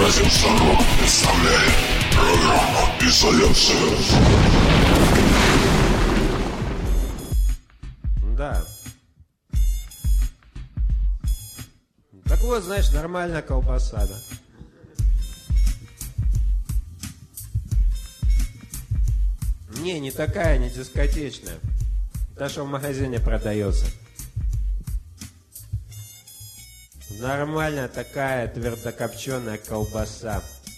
Радио Сорок представляет программу «Изоляция». Да. Так вот, знаешь, нормальная колбаса, да. Не такая, не дискотечная. Та, что в магазине продается. Нормальная такая твердокопченая колбаса.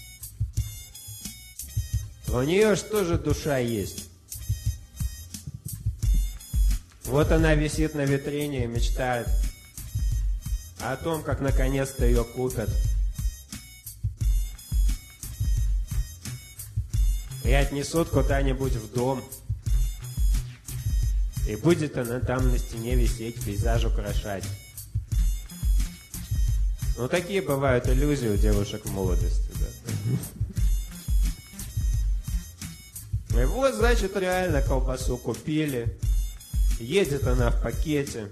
У нее ж тоже душа есть. Вот она висит на витрине и мечтает о том, как наконец-то ее купят. И отнесут куда-нибудь в дом. И будет она там на стене висеть, пейзаж украшать. Ну, такие бывают иллюзии у девушек в молодости, да. И вот, значит, реально колбасу купили. Едет она в пакете.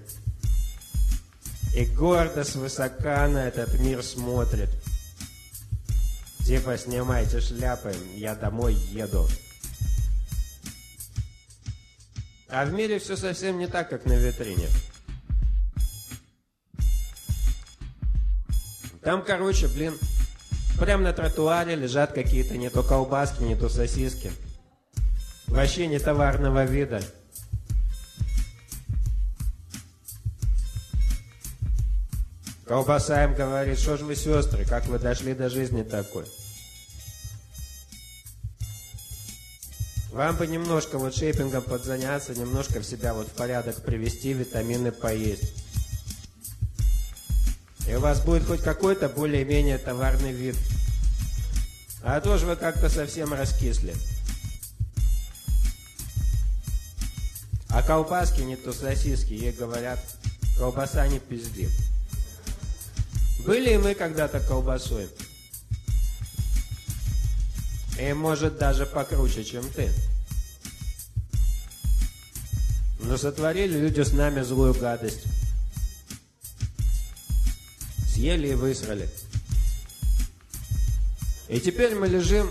И гордо свысока на этот мир смотрит. Типа, снимайте шляпы, я домой еду. А в мире все совсем не так, как на витрине. Там, короче, прям на тротуаре лежат какие-то не то колбаски, не то сосиски. Вообще не товарного вида. Колбаса им говорит: что ж вы, сестры, как вы дошли до жизни такой? Вам бы немножко вот шейпингом подзаняться, немножко в себя вот в порядок привести, витамины поесть. И у вас будет хоть какой-то более-менее товарный вид. А то же вы как-то совсем раскисли. А колбаски не то сосиски, ей говорят: колбаса не пизди. Были и мы когда-то колбасой. И может даже покруче, чем ты. Но сотворили люди с нами злую гадость. Съели и высрали. И теперь мы лежим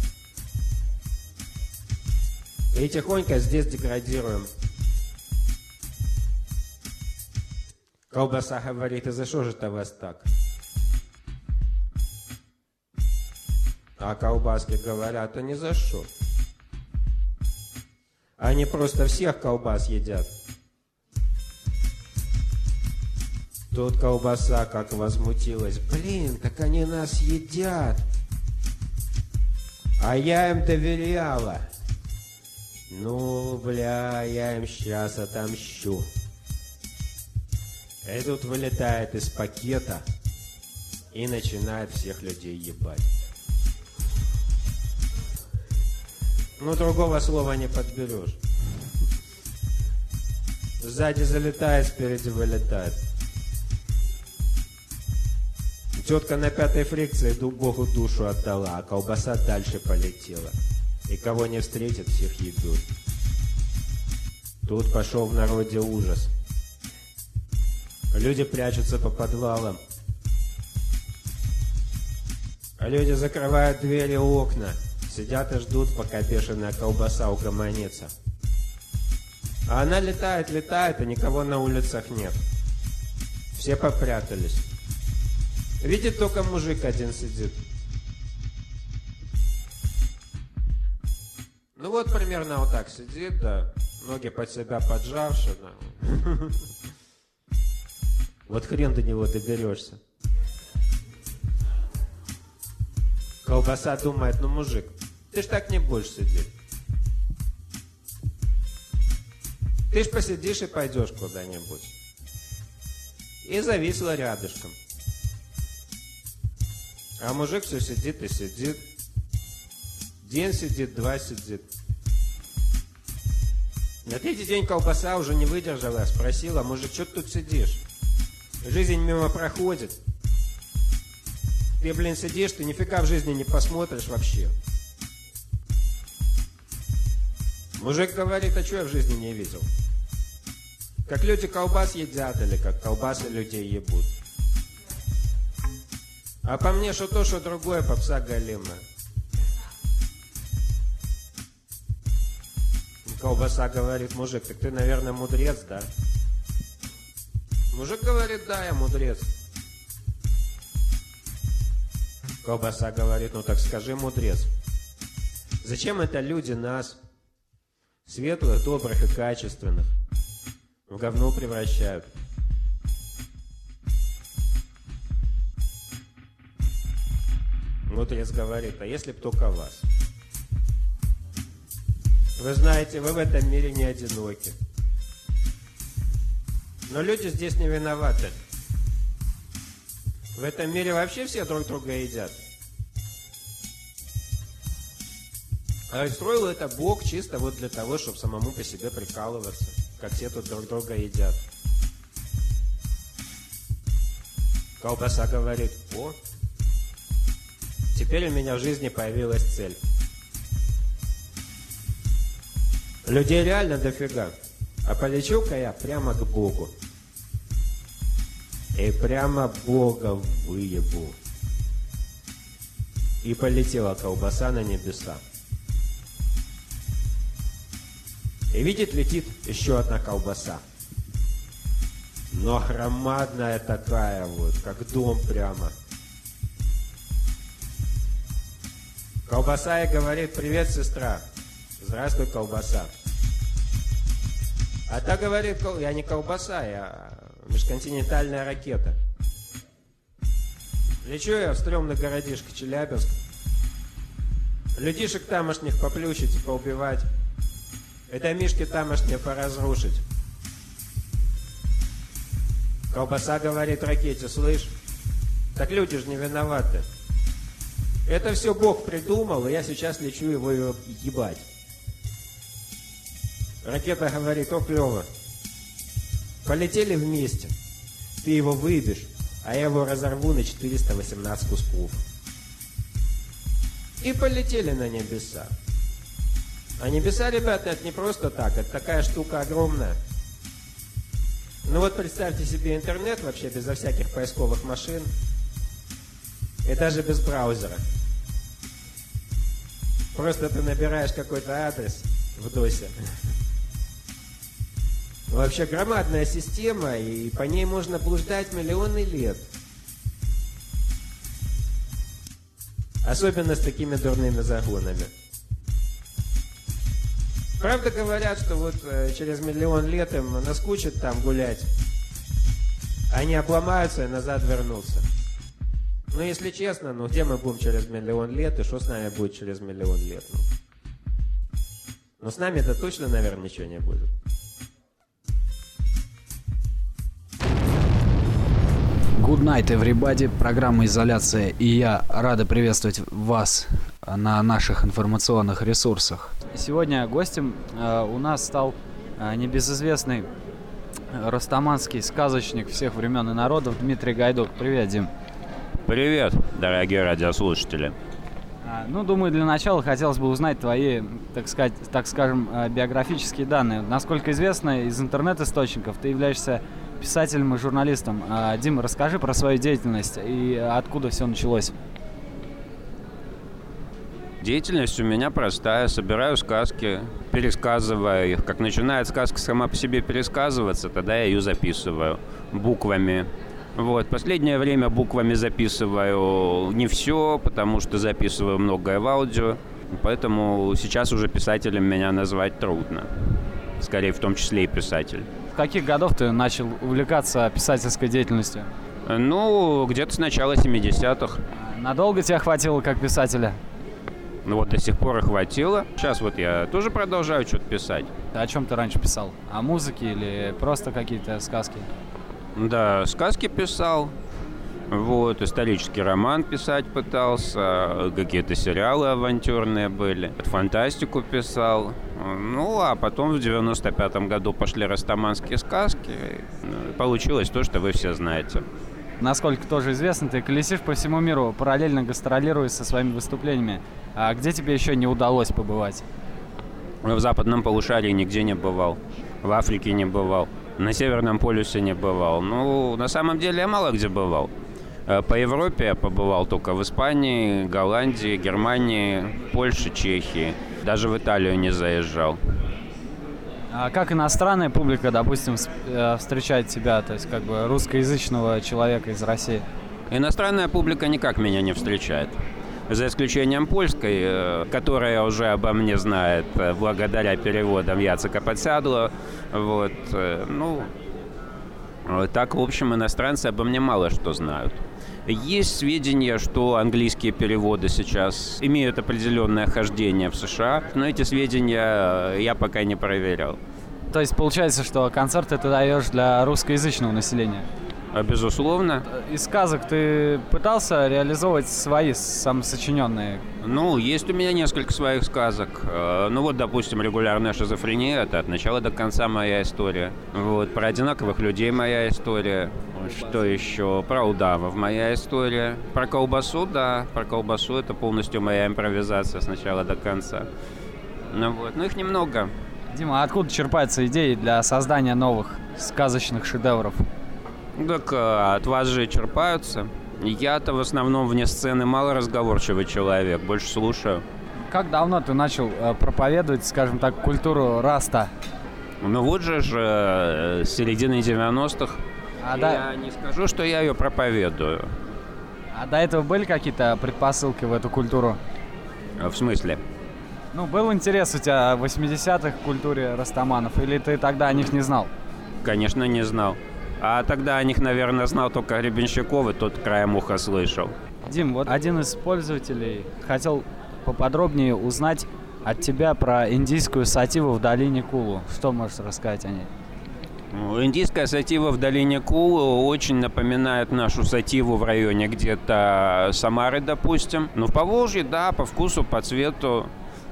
и тихонько здесь деградируем. Колбаса говорит: и за что же это вас так? А колбаски говорят: а ни за что. Они просто всех колбас едят. Тут колбаса как возмутилась: блин, так они нас едят. А я им доверяла. Ну, бля, я им сейчас отомщу. И тут вылетает из пакета и начинает всех людей ебать. Ну, другого слова не подберешь. Сзади залетает, спереди вылетает. Тетка на 5-й фрикции Богу душу отдала, а колбаса дальше полетела. И кого не встретит, всех ебет. Тут пошел в народе ужас. Люди прячутся по подвалам. А люди закрывают двери и окна. Сидят и ждут, пока бешеная колбаса угомонится. А она летает, и никого на улицах нет. Все попрятались. Видит, только мужик один сидит. Ну вот примерно вот так сидит, да. Ноги под себя поджавши, да. Вот хрен до него доберешься. Колбаса думает: ну, мужик, ты ж так не будешь сидеть. Ты ж посидишь и пойдешь куда-нибудь. И зависла рядышком. А мужик все сидит и сидит. День сидит, 2 сидит. На 3-й день колбаса уже не выдержала, спросила: мужик, что ты тут сидишь? Жизнь мимо проходит. Ты, блин, сидишь, ты нифига в жизни не посмотришь вообще. Мужик говорит: а что я в жизни не видел? Как люди колбас едят или как колбасы людей ебут. А по мне, что то, что другое, попса галимая. Колбаса говорит: мужик, так ты, наверное, мудрец, да? Мужик говорит: да, я мудрец. Колбаса говорит: ну так скажи, мудрец, зачем это люди нас, светлых, добрых и качественных, в говно превращают? Мудрец говорит: а если б только вас? Вы знаете, вы в этом мире не одиноки. Но люди здесь не виноваты. В этом мире вообще все друг друга едят. А устроил это Бог чисто вот для того, чтобы самому по себе прикалываться, как все тут друг друга едят. Колбаса говорит: о, теперь у меня в жизни появилась цель. Людей реально дофига. А полечу-ка я прямо к Богу. И прямо Бога выебу. И полетела колбаса на небеса. И видит, летит еще одна колбаса. Но громадная такая вот, как дом прямо. Колбаса и говорит: привет, сестра. Здравствуй, колбаса. А та говорит: я не колбаса, я межконтинентальная ракета. Лечу я в стрёмный городишко Челябинск. Людишек тамошних поплющить и поубивать. Это мишки тамошние поразрушить. Колбаса говорит ракете: слышь, так люди же не виноваты. Это все Бог придумал, и я сейчас лечу его ебать. Ракета говорит: о, клево. Полетели вместе. Ты его выебешь, а я его разорву на 418 кусков. И полетели на небеса. А небеса, ребята, это не просто так, это такая штука огромная. Ну вот представьте себе интернет вообще безо всяких поисковых машин. И даже без браузера. Просто ты набираешь какой-то адрес в досе. Вообще громадная система, и по ней можно блуждать миллионы лет. Особенно с такими дурными загонами. Правда говорят, что вот через миллион лет им наскучит там гулять. Они обломаются и назад вернутся. Но если честно, ну где мы будем через миллион лет, и что с нами будет через миллион лет? Ну с нами-то точно, наверное, ничего не будет. Good night, everybody. Программа «Изоляция» и я рады приветствовать вас на наших информационных ресурсах. Сегодня гостем у нас стал небезызвестный растаманский сказочник всех времен и народов Дмитрий Гайдук. Привет, Дим. Привет, дорогие радиослушатели. Ну, думаю, для начала хотелось бы узнать твои, так скажем, биографические данные. Насколько известно из интернет-источников, ты являешься писателем и журналистом. Дима, расскажи про свою деятельность и откуда все началось. Деятельность у меня простая. Собираю сказки, пересказываю их. Как начинает сказка сама по себе пересказываться, тогда я ее записываю буквами. Вот. Последнее время буквами записываю не все, потому что записываю многое в аудио. Поэтому сейчас уже писателем меня назвать трудно. Скорее, в том числе и писатель. В каких годов ты начал увлекаться писательской деятельностью? Ну, где-то с начала 70-х. Надолго тебя хватило как писателя? Ну вот до сих пор и хватило. Сейчас вот я тоже продолжаю что-то писать. О чем ты раньше писал? О музыке или просто какие-то сказки? Да, сказки писал. Вот, исторический роман писать пытался, какие-то сериалы авантюрные были, фантастику писал. Ну, а потом в 95-м году пошли растаманские сказки. Получилось то, что вы все знаете. Насколько тоже известно, ты колесишь по всему миру, параллельно гастролируя со своими выступлениями. А где тебе еще не удалось побывать? В западном полушарии нигде не бывал, в Африке не бывал, на Северном полюсе не бывал. Ну, на самом деле я мало где бывал. По Европе я побывал только в Испании, Голландии, Германии, Польше, Чехии. Даже в Италию не заезжал. А как иностранная публика, допустим, встречает тебя, то есть как бы русскоязычного человека из России? Иностранная публика никак меня не встречает. За исключением польской, которая уже обо мне знает благодаря переводам Яцека Подсядло. Вот, так, в общем, иностранцы обо мне мало что знают. Есть сведения, что английские переводы сейчас имеют определенное хождение в США, но эти сведения я пока не проверял. То есть получается, что концерты ты даешь для русскоязычного населения? Безусловно. Из сказок ты пытался реализовывать свои самосочиненные? Есть у меня несколько своих сказок. Допустим, «Регулярная шизофрения» — это от начала до конца моя история. Про одинаковых людей моя история. Что еще? Про удавов моя история. Про колбасу, да. Про колбасу — это полностью моя импровизация с начала до конца. Их немного. Дима, а откуда черпаются идеи для создания новых сказочных шедевров? Так от вас же черпаются. Я-то в основном вне сцены малоразговорчивый человек, больше слушаю. Как давно ты начал проповедовать, скажем так, культуру раста? С середины 90-х. Я не скажу, что я ее проповедую. А до этого были какие-то предпосылки в эту культуру? В смысле? Был интерес у тебя в 80-х к культуре растаманов, или ты тогда о них не знал? Конечно, не знал. А тогда о них, наверное, знал только Гребенщиков, и тот краем уха слышал. Дим, один из пользователей хотел поподробнее узнать от тебя про индийскую сативу в долине Кулу. Что можешь рассказать о ней? Индийская сатива в долине Кулу очень напоминает нашу сативу в районе где-то Самары, допустим. В Поволжье, да, по вкусу, по цвету,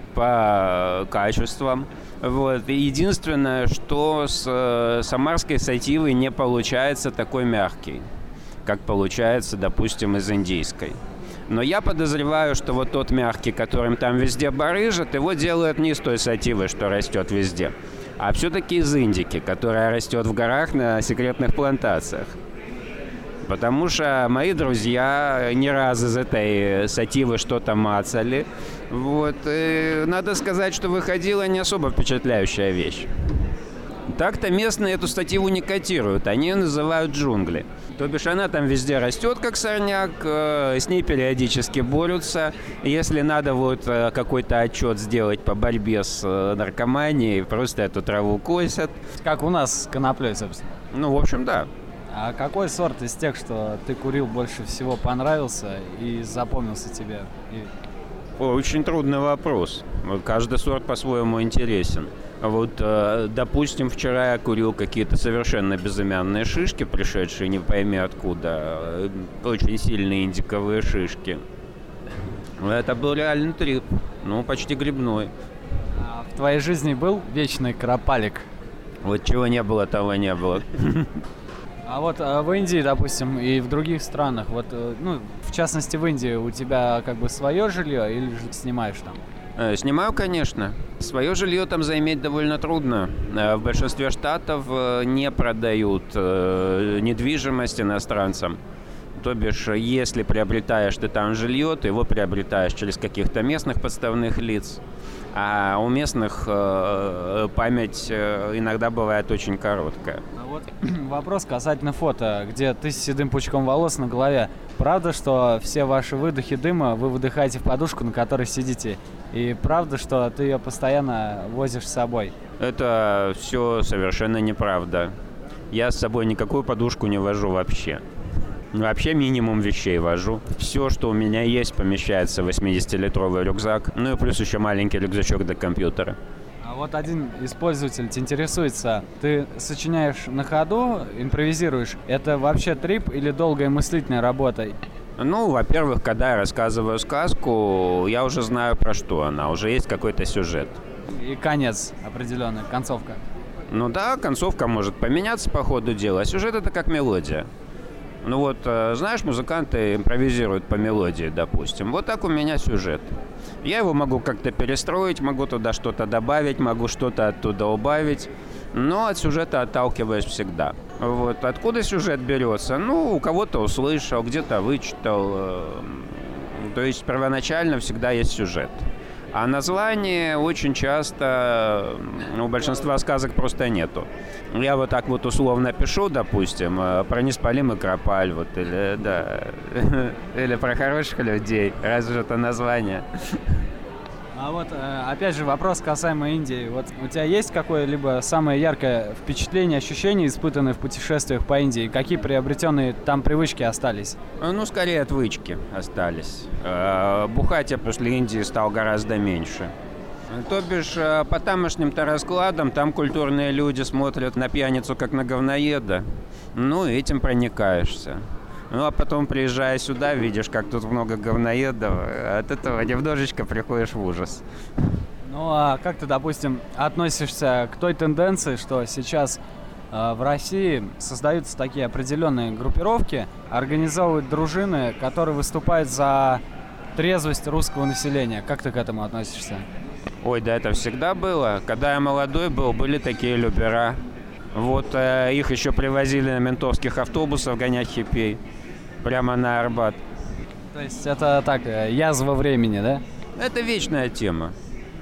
по качествам. Единственное, что с самарской сативой не получается такой мягкий, как получается, допустим, из индийской. Но я подозреваю, что тот мягкий, которым там везде барыжат, его делают не из той сативы, что растет везде, а все-таки из индики, которая растет в горах на секретных плантациях. Потому что мои друзья не раз из этой сативы что-то мацали. И надо сказать, что выходила не особо впечатляющая вещь. Так-то местные эту сативу не котируют, они ее называют джунгли. То бишь она там везде растет, как сорняк, с ней периодически борются. Если надо какой-то отчет сделать по борьбе с наркоманией, просто эту траву косят. Как у нас с коноплей, собственно. В общем, да. А какой сорт из тех, что ты курил, больше всего понравился и запомнился тебе? Очень трудный вопрос. Каждый сорт по-своему интересен. Допустим, вчера я курил какие-то совершенно безымянные шишки, пришедшие не пойми откуда. Очень сильные индиковые шишки. Это был реальный трип. Почти грибной. А в твоей жизни был вечный кропалик? Чего не было, того не было. А в Индии, допустим, и в других странах, в частности в Индии, у тебя как бы свое жилье или же снимаешь там? Снимаю, конечно. Свое жилье там заиметь довольно трудно. В большинстве штатов не продают недвижимость иностранцам. То бишь, если приобретаешь ты там жилье, ты его приобретаешь через каких-то местных подставных лиц. А у местных память иногда бывает очень короткая. Вопрос касательно фото, где ты с седым пучком волос на голове. Правда, что все ваши выдохи дыма вы выдыхаете в подушку, на которой сидите? И правда, что ты ее постоянно возишь с собой? Это все совершенно неправда. Я с собой никакую подушку не вожу вообще. Вообще минимум вещей вожу. Все, что у меня есть, помещается в 80-литровый рюкзак. И плюс еще маленький рюкзачок до компьютера. А один из пользователей интересуется, ты сочиняешь на ходу, импровизируешь. Это вообще трип или долгая мыслительная работа? Во-первых, когда я рассказываю сказку, я уже знаю, про что она. Уже есть какой-то сюжет. И конец определенный, концовка. Да, концовка может поменяться по ходу дела. Сюжет — это как мелодия. Знаешь, музыканты импровизируют по мелодии, допустим. Так у меня сюжет. Я его могу как-то перестроить, могу туда что-то добавить, могу что-то оттуда убавить. но от сюжета отталкиваюсь всегда. Вот. Откуда сюжет берется? Ну, у кого-то услышал, где-то вычитал. То есть первоначально всегда есть сюжет. А название очень часто у большинства сказок просто нету. Я вот так вот условно пишу, допустим, про неспалимый Кропаль, вот, или, да, или про хороших людей. Разве же это название? А вот, опять же, вопрос касаемо Индии. Вот у тебя есть какое-либо самое яркое впечатление, ощущение, испытанное в путешествиях по Индии? Какие приобретенные там привычки остались? Ну, скорее, отвычки остались. Бухать я после Индии стал гораздо меньше. То бишь, по тамошним-то раскладам, там культурные люди смотрят на пьяницу как на говноеда. Ну, этим проникаешься. Ну, а потом, приезжая сюда, видишь, как тут много говноедов, от этого немножечко приходишь в ужас. Ну, а как ты, допустим, относишься к той тенденции, что сейчас в России создаются такие определенные группировки, организовывают дружины, которые выступают за трезвость русского населения? Как ты к этому относишься? Ой, да это всегда было. Когда я молодой был, были такие любера. Вот их еще привозили на ментовских автобусах гонять хипей. Прямо на Арбат. То есть это так, язва времени, да? Это вечная тема.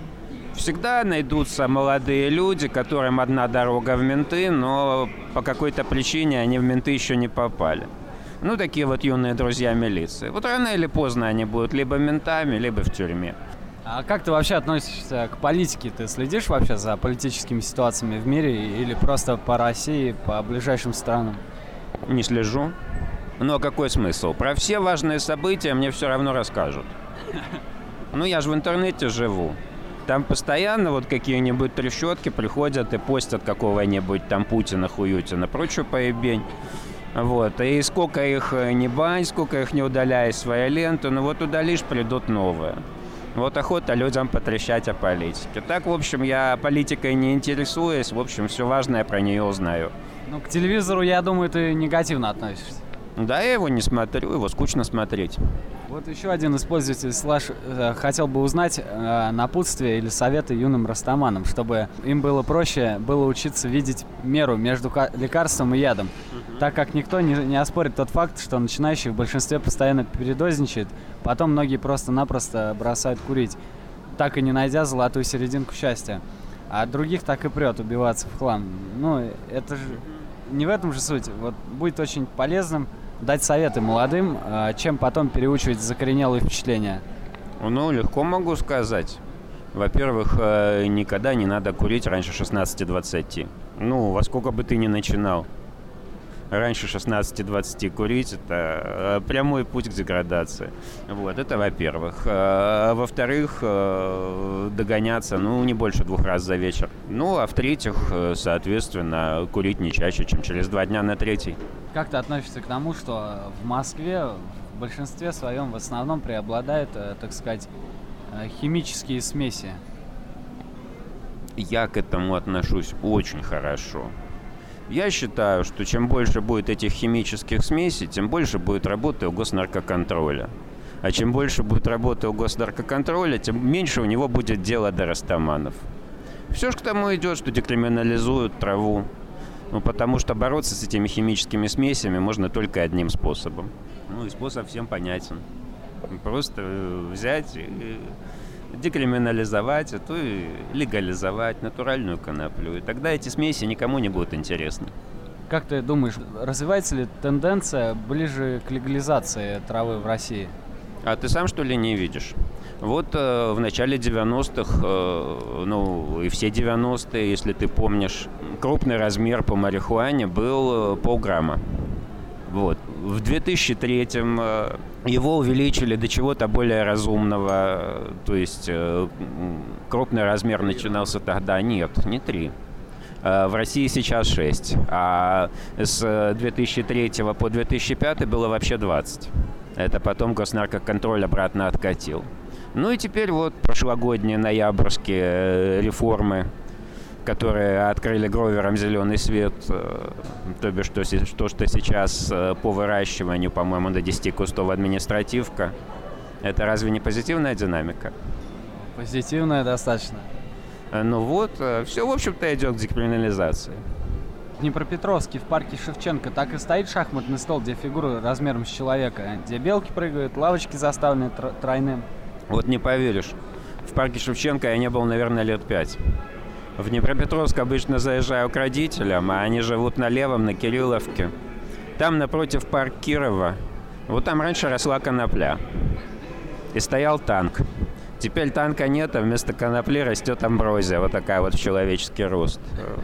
Всегда найдутся молодые люди, которым одна дорога в менты, но по какой-то причине они в менты еще не попали. Ну, такие вот юные друзья милиции. Вот рано или поздно они будут либо ментами, либо в тюрьме. А как ты вообще относишься к политике? Ты следишь вообще за политическими ситуациями в мире или просто по России, по ближайшим странам? Не слежу. Но какой смысл? Про все важные события мне все равно расскажут. Ну, я же в интернете живу. Там постоянно вот какие-нибудь трещотки приходят и постят какого-нибудь там Путина, прочую поебень. Вот. И сколько их не бань, сколько их не удаляй из своей ленты, ну вот удалишь, придут новые. Вот охота людям потрещать о политике. Так, в общем, я политикой не интересуюсь, в общем, все важное про нее узнаю. Ну, к телевизору, я думаю, ты негативно относишься. Да, я его не смотрю, его скучно смотреть. Вот еще один из пользователей хотел бы узнать напутствие или советы юным растаманам, чтобы им было проще было учиться видеть меру между лекарством и ядом, так как никто не оспорит тот факт, что начинающие в большинстве постоянно передозничают, потом многие просто-напросто бросают курить, так и не найдя золотую серединку счастья, а от других так и прет убиваться в хлам. Ну, это же не в этом же суть. Вот будет очень полезным дать советы молодым, чем потом переучивать закоренелые впечатления. Ну, легко могу сказать. Во-первых, никогда не надо курить раньше 16-20. Ну, во сколько бы ты ни начинал. Раньше 16-20 курить – это прямой путь к деградации. Вот, это во-первых. Во-вторых, догоняться, ну, не больше 2 раз за вечер. Ну, а в-третьих, соответственно, курить не чаще, чем через 2 дня на 3-й. Как ты относишься к тому, что в Москве в большинстве своем в основном преобладают, так сказать, химические смеси? Я к этому отношусь очень хорошо. Я считаю, что чем больше будет этих химических смесей, тем больше будет работы у госнаркоконтроля. А чем больше будет работы у госнаркоконтроля, тем меньше у него будет дела до растаманов. Все же к тому идет, что декриминализуют траву. Ну, потому что бороться с этими химическими смесями можно только одним способом. Ну, и способ всем понятен. Просто взять и декриминализовать, а то и легализовать натуральную коноплю. И тогда эти смеси никому не будут интересны. Как ты думаешь, развивается ли тенденция ближе к легализации травы в России? А ты сам, что ли, не видишь? Вот в начале 90-х, ну и все 90-е, если ты помнишь, крупный размер по марихуане был полграмма. Вот. В 2003-м его увеличили до чего-то более разумного, то есть крупный размер начинался тогда, нет, не 3. В России сейчас 6, а с 2003 по 2005 было вообще 20. Это потом госнаркоконтроль обратно откатил. Ну и теперь вот прошлогодние ноябрьские реформы, которые открыли гроверам зеленый свет, то бишь что сейчас по выращиванию, по-моему, до 10 кустов административка. Это разве не позитивная динамика? Позитивная достаточно. Ну вот, все, в общем-то, идет к декриминализации. В Днепропетровске в парке Шевченко так и стоит шахматный стол, где фигуры размером с человека, где белки прыгают, лавочки заставлены тройным. Вот не поверишь, в парке Шевченко я не был, наверное, лет 5. В Днепропетровск обычно заезжаю к родителям, а они живут на Левом, на Кирилловке. Там напротив парк Кирова. Вот там раньше росла конопля. И стоял танк. Теперь танка нет, а вместо конопли растет амброзия. Вот такая вот в человеческий рост.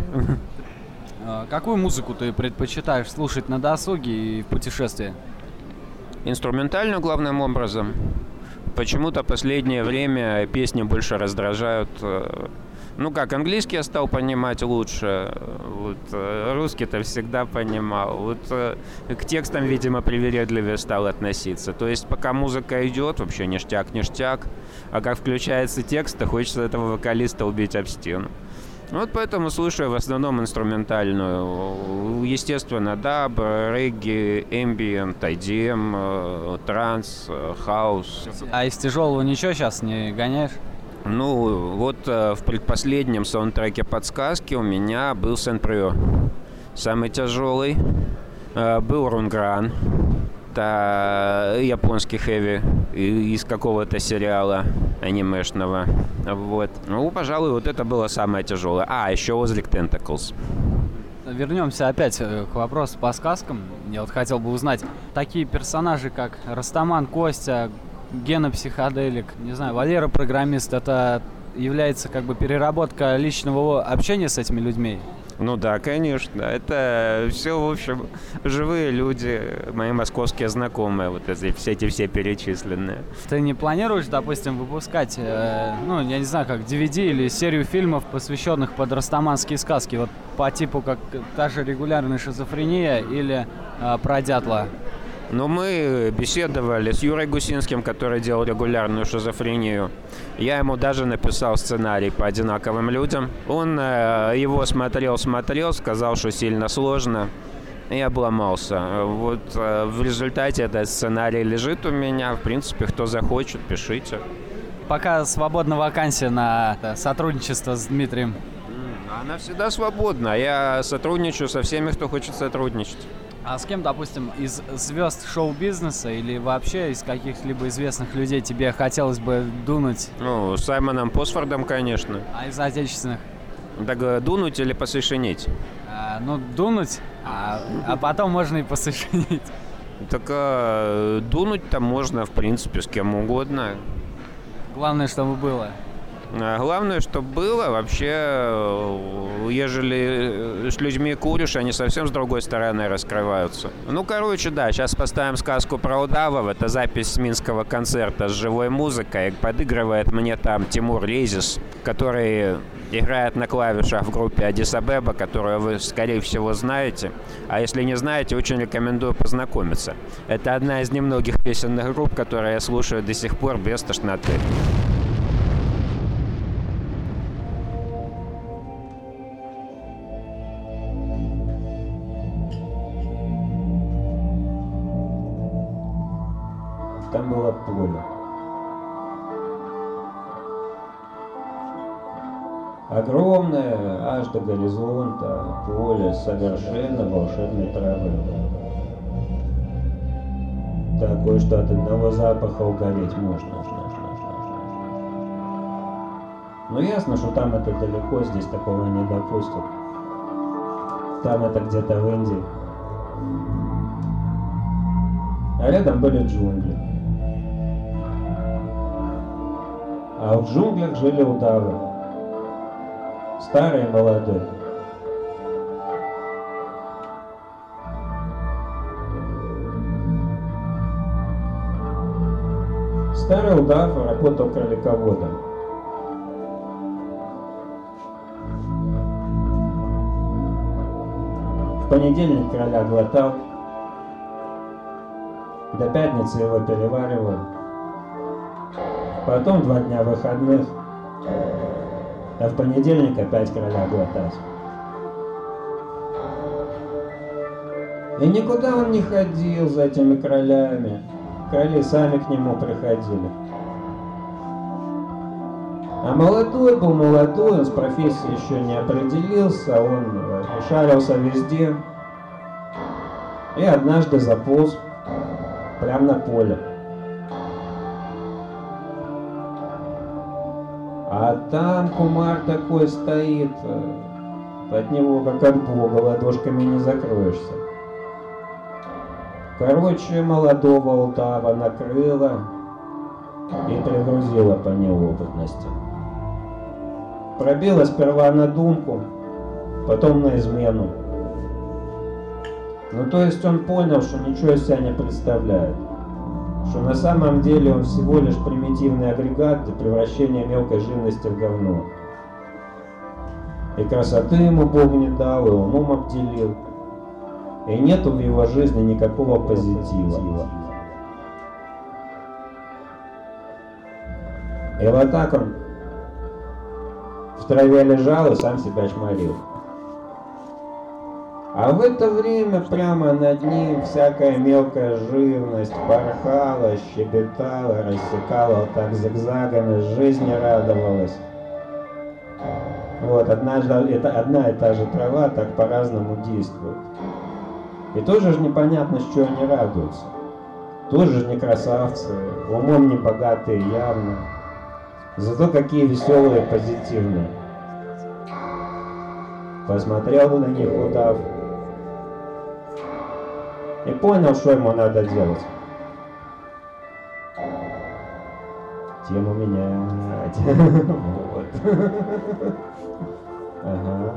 Какую музыку ты предпочитаешь слушать на досуге и в путешествии? Инструментальную главным образом. Почему-то последнее время песни больше раздражают. Ну как, английский я стал понимать лучше. Вот, русский-то всегда понимал. Вот, к текстам, видимо, привередливее стал относиться. То есть пока музыка идет, вообще ништяк. А как включается текст, то хочется этого вокалиста убить об стену. Вот поэтому слушаю в основном инструментальную. Естественно, даб, регги, эмбиент, IDM, транс, хаус. А из тяжелого ничего сейчас не гоняешь? Ну, вот в предпоследнем саундтреке подсказки у меня был Сен-Прио. Самый тяжелый. Был Рунгран. Это японский хэви из какого-то сериала анимешного. Вот. Ну, пожалуй, вот это было самое тяжелое. А, еще Ozric Tentacles. Вернемся опять к вопросу по сказкам. Я вот хотел бы узнать, такие персонажи, как Растаман, Костя, Гена Психоделик, не знаю, Валера Программист, это является как бы переработка личного общения с этими людьми? Ну да, конечно. Это все, в общем, живые люди, мои московские знакомые, вот эти все перечисленные. Ты не планируешь, допустим, выпускать, ну, я не знаю, как DVD или серию фильмов, посвященных под растаманские сказки, вот по типу как та же регулярная шизофрения или про дятла? Но мы беседовали с Юрой Гусинским, который делал регулярную шизофрению. Я ему даже написал сценарий по «Одинаковым людям». Он его смотрел, сказал, что сильно сложно. И обломался. Вот в результате этот сценарий лежит у меня. В принципе, кто захочет, пишите. Пока свободна вакансия на сотрудничество с Дмитрием. Она всегда свободна. Я сотрудничаю со всеми, кто хочет сотрудничать. А с кем, допустим, из звезд шоу-бизнеса или вообще из каких-либо известных людей тебе хотелось бы дунуть? Ну, с Саймоном Посфордом, конечно. А из отечественных? Так дунуть или посышенить? Ну, дунуть, а потом можно и посышенить. Так дунуть-то можно, в принципе, с кем угодно. Главное, чтобы было. Главное, чтобы было. Вообще, ежели с людьми куришь, они совсем с другой стороны раскрываются. Ну, короче, да, сейчас поставим сказку про удавов. Это запись с минского концерта с живой музыкой. Подыгрывает мне там Тимур Лезис, который играет на клавишах в группе Аддис Абеба, которую вы, скорее всего, знаете. А если не знаете, очень рекомендую познакомиться. Это одна из немногих песенных групп, которые я слушаю до сих пор без тошноты. Там было поле. Огромное, аж до горизонта, поле совершенно волшебной травы. Такое, что от одного запаха угореть можно. Но ясно, что там это далеко, здесь такого не допустят. Там это где-то в Индии. А рядом были джунгли. А в джунглях жили удавы. Старый и молодой. Старый удав работал кролиководом. В понедельник кроля глотал, до пятницы его переваривал. Потом 2 дня выходных, а в понедельник опять кроля глотать. И никуда он не ходил за этими кролями. Кроли сами к нему приходили. А молодой был молодой, он с профессией еще не определился, он шарился везде. И однажды заполз прямо на поле. А там кумар такой стоит, от него как от бога, ладошками не закроешься. Короче, молодого удава накрыло и пригрузило по неопытности. Пробило сперва на думку, потом на измену. Ну то есть он понял, что ничего из себя не представляет. Что на самом деле он всего лишь примитивный агрегат для превращения мелкой живности в говно. И красоты ему Бог не дал, и умом обделил. И нету в его жизни никакого позитива. И вот так он в траве лежал и сам себя чморил. А в это время прямо над ним всякая мелкая живность порхала, щебетала, рассекала вот так зигзагами, жизни радовалась. Вот, одна и та же трава так по-разному действует. И тоже же непонятно, с чего они радуются. Тоже же не красавцы, умом не богатые явно. Зато какие веселые, позитивные. Посмотрел на них удав и понял, что ему надо делать. Тему менять. Вот. Ага.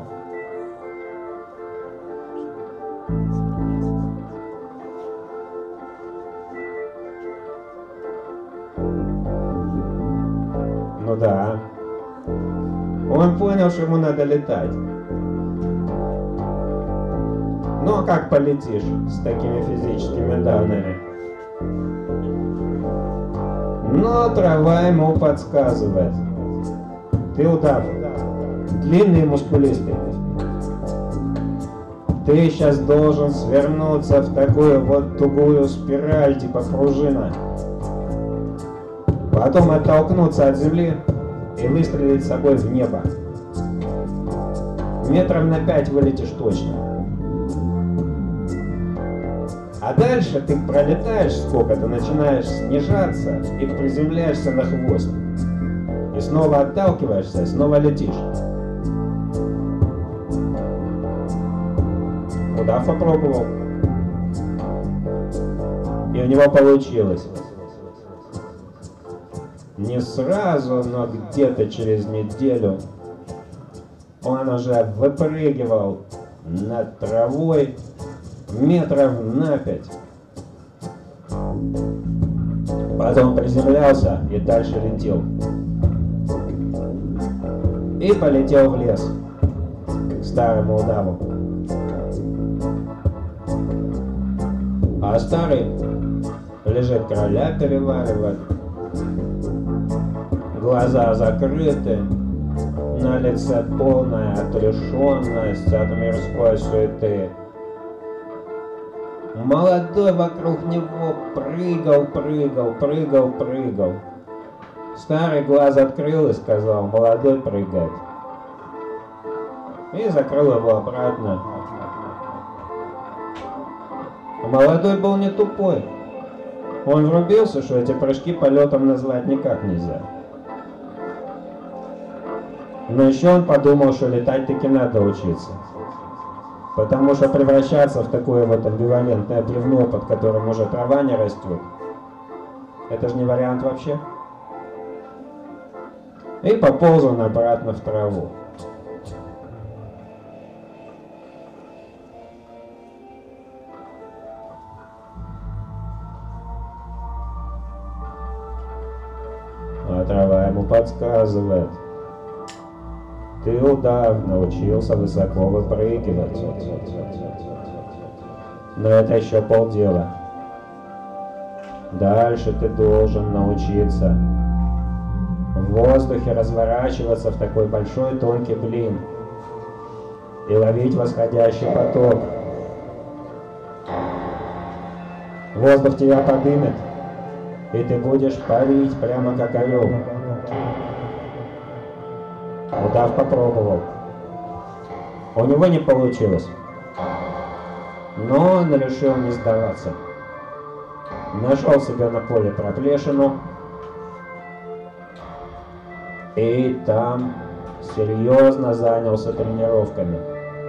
Ну да. Он понял, что ему надо летать. Ну а как полетишь с такими физическими данными? Но трава ему подсказывает. Ты удав, длинный и мускулистый. Ты сейчас должен свернуться в такую вот тугую спираль типа пружина. Потом оттолкнуться от земли и выстрелить с собой в небо. Метров на 5 вылетишь точно. А дальше ты пролетаешь сколько-то, начинаешь снижаться и приземляешься на хвост. И снова отталкиваешься, и снова летишь. Удав попробовал. И у него получилось. Не сразу, но где-то через неделю он уже выпрыгивал над травой метров на 5. Потом приземлялся и дальше летел. И полетел в лес к старому удаву. А старый лежит, короля переваривает. Глаза закрыты, на лице полная отрешенность от мирской суеты. Молодой вокруг него прыгал. Старый глаз открыл и сказал: молодой прыгает. И закрыл его обратно. Молодой был не тупой. Он врубился, что эти прыжки полетом назвать никак нельзя. Но еще он подумал, что летать таки надо учиться. Потому что превращаться в такое вот амбивалентное бревно, под которым уже трава не растет, это же не вариант вообще. И пополз он обратно в траву. А трава ему подсказывает: ты удав научился высоко выпрыгивать. Но это еще полдела. Дальше ты должен научиться в воздухе разворачиваться в такой большой тонкий блин и ловить восходящий поток. Воздух тебя подымет, и ты будешь парить прямо как орел. Удав попробовал. У него не получилось. Но он решил не сдаваться. Нашел себе на поле проплешину. И там серьезно занялся тренировками.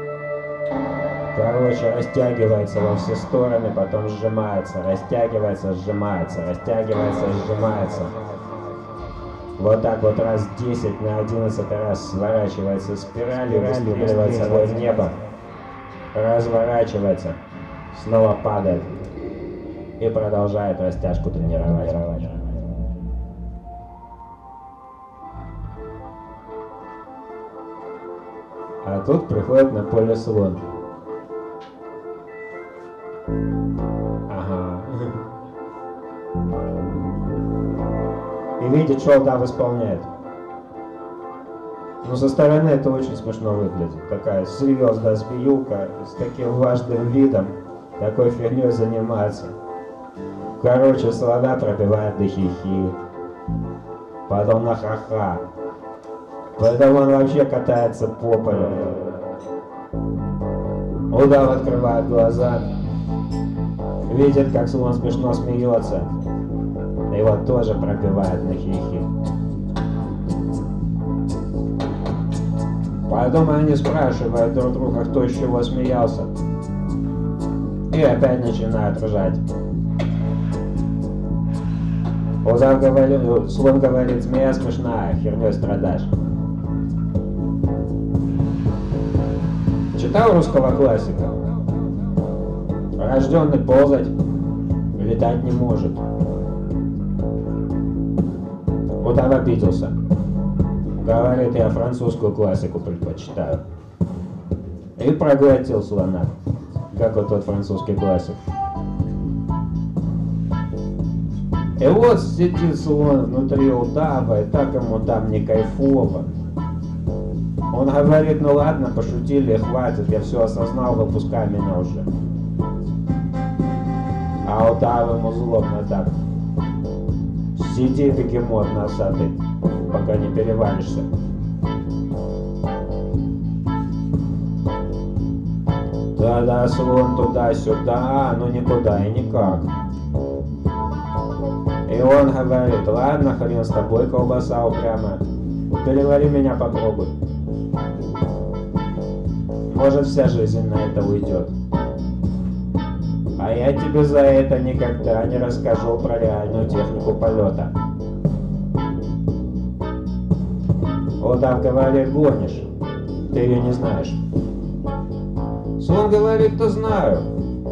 Короче, растягивается во все стороны, потом сжимается, растягивается, сжимается, растягивается, сжимается. Вот так вот раз 10 на 11 раз сворачивается спиралью, выстреливает собой в небо, разворачивается, снова падает и продолжает растяжку тренировать. А тут приходит на поле слон. Ага. И видит, что Удав исполняет. Но со стороны это очень смешно выглядит. Такая серьезная змеюка с таким важным видом такой фигней занимается. Короче, слона пробивает до хихи. Потом на ха-ха. Потом он вообще катается по полю. Удав открывает глаза. Видит, как слон смешно смеется. Его тоже пробивает на хихи. Потом они спрашивают друг друга, кто из чего смеялся. И опять начинают ржать. Удав говорит, слон говорит, змея смешная, херней страдаешь. Читал русского классика? Рожденный ползать, летать не может. Удав обиделся. Говорит, я французскую классику предпочитаю. И проглотил слона, как вот тот французский классик. И вот сидит слон внутри удава, и так ему там не кайфово. Он говорит, ну ладно, пошутили, хватит, я все осознал, выпускай меня уже. А удав ему злобно так. Сиди, бегемот носатый, пока не перевалишься. Да-да, слон туда-сюда, но никуда и никак. И он говорит, ладно, хрен с тобой, колбаса упрямая, перевари меня, попробуй. Может, вся жизнь на это уйдет. А я тебе за это никогда не расскажу про реальную технику полета. Удав говорит, гонишь, ты ее не знаешь. Слон говорит, то знаю,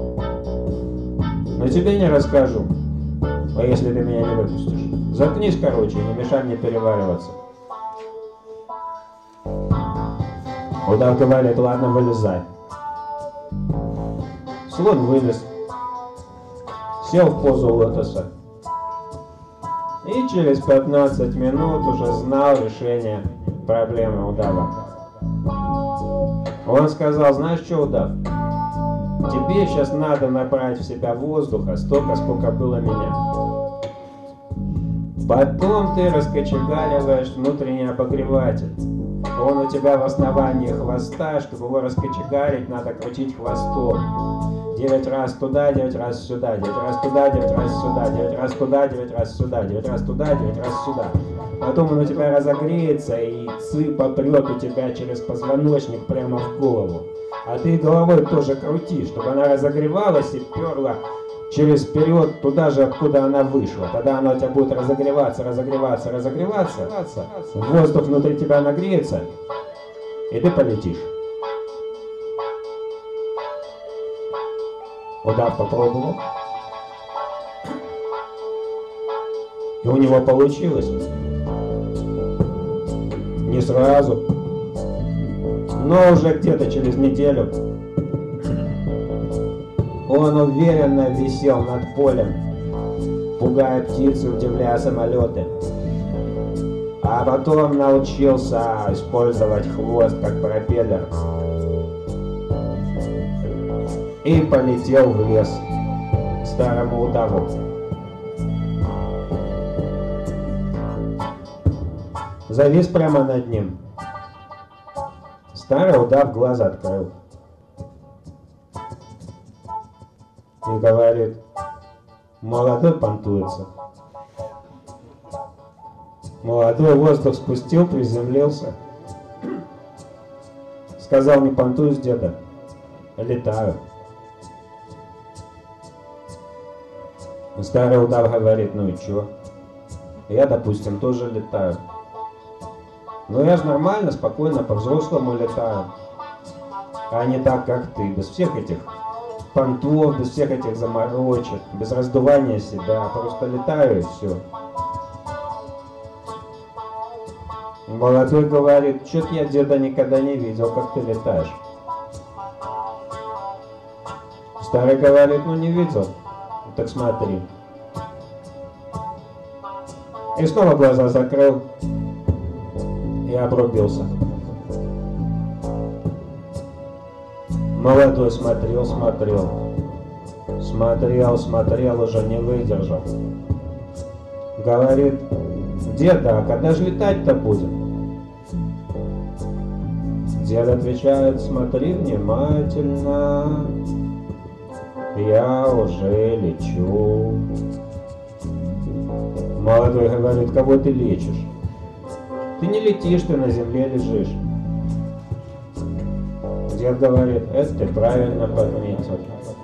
но тебе не расскажу. А если ты меня не выпустишь? Заткнись, короче, и не мешай мне перевариваться. Удав говорит, ладно, вылезай. Слон вылез, сел в позу лотоса. И через 15 минут уже знал решение проблемы удава. Он сказал, знаешь что, удав? Тебе сейчас надо набрать в себя воздуха столько, сколько было меня. Потом ты раскочегариваешь внутренний обогреватель. Он у тебя в основании хвоста, чтобы его раскочегарить, надо крутить хвостом. 9 раз туда, 9 раз сюда, 9 раз туда, 9 раз сюда, 9 раз туда, 9 раз сюда, 9 раз туда, 9 раз сюда. Потом он у тебя разогреется и попрет у тебя через позвоночник прямо в голову. А ты головой тоже крути, чтобы она разогревалась и перла через вперед туда же, откуда она вышла. Тогда она у тебя будет разогреваться, разогреваться, разогреваться. Воздух внутри тебя нагреется, и ты полетишь. Удав попробовал. И у него получилось. Не сразу, но уже где-то через неделю он уверенно висел над полем, пугая птицы, удивляя самолеты. А потом научился использовать хвост как пропеллер. И полетел в лес к старому удаву. Завис прямо над ним Старый удав глаз открыл и говорит: молодой понтуется. Молодой воздух спустил, приземлился. Сказал: не понтуюсь, деда, летаю. Старый удав говорит: ну и чё? Я, допустим, тоже летаю. Но я же нормально, спокойно, по-взрослому летаю. А не так, как ты, без всех этих понтов, без всех этих заморочек, без раздувания себя. Просто летаю и все. Молодой говорит: чё-то я, деда, никогда не видел, как ты летаешь. Старый говорит: ну не видел, так смотри. И снова глаза закрыл и обрубился. Молодой смотрел, уже не выдержал. Говорит: деда, а когда же летать-то будем? Дед отвечает: смотри внимательно, я уже лечу. Молодой говорит: кого ты лечишь? Ты не летишь, ты на земле лежишь. Дед говорит: это ты правильно подметил.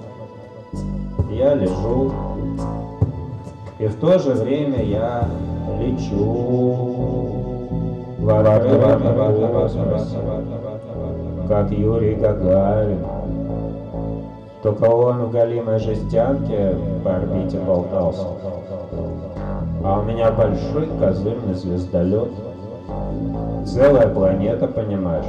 Я лежу, и в то же время я лечу в открытый космос, как Юрий Гагарин. Только он в голимой жестянке по орбите болтался. А у меня большой козырный звездолет. Целая планета, понимаешь?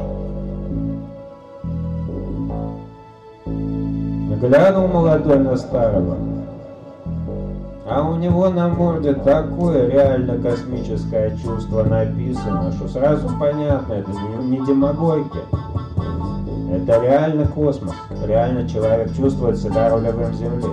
Глянул молодой на старого, а у него на морде такое реально космическое чувство написано, что сразу понятно, это не демагогия. Это реально космос. Реально человек чувствует себя рулевым Земли.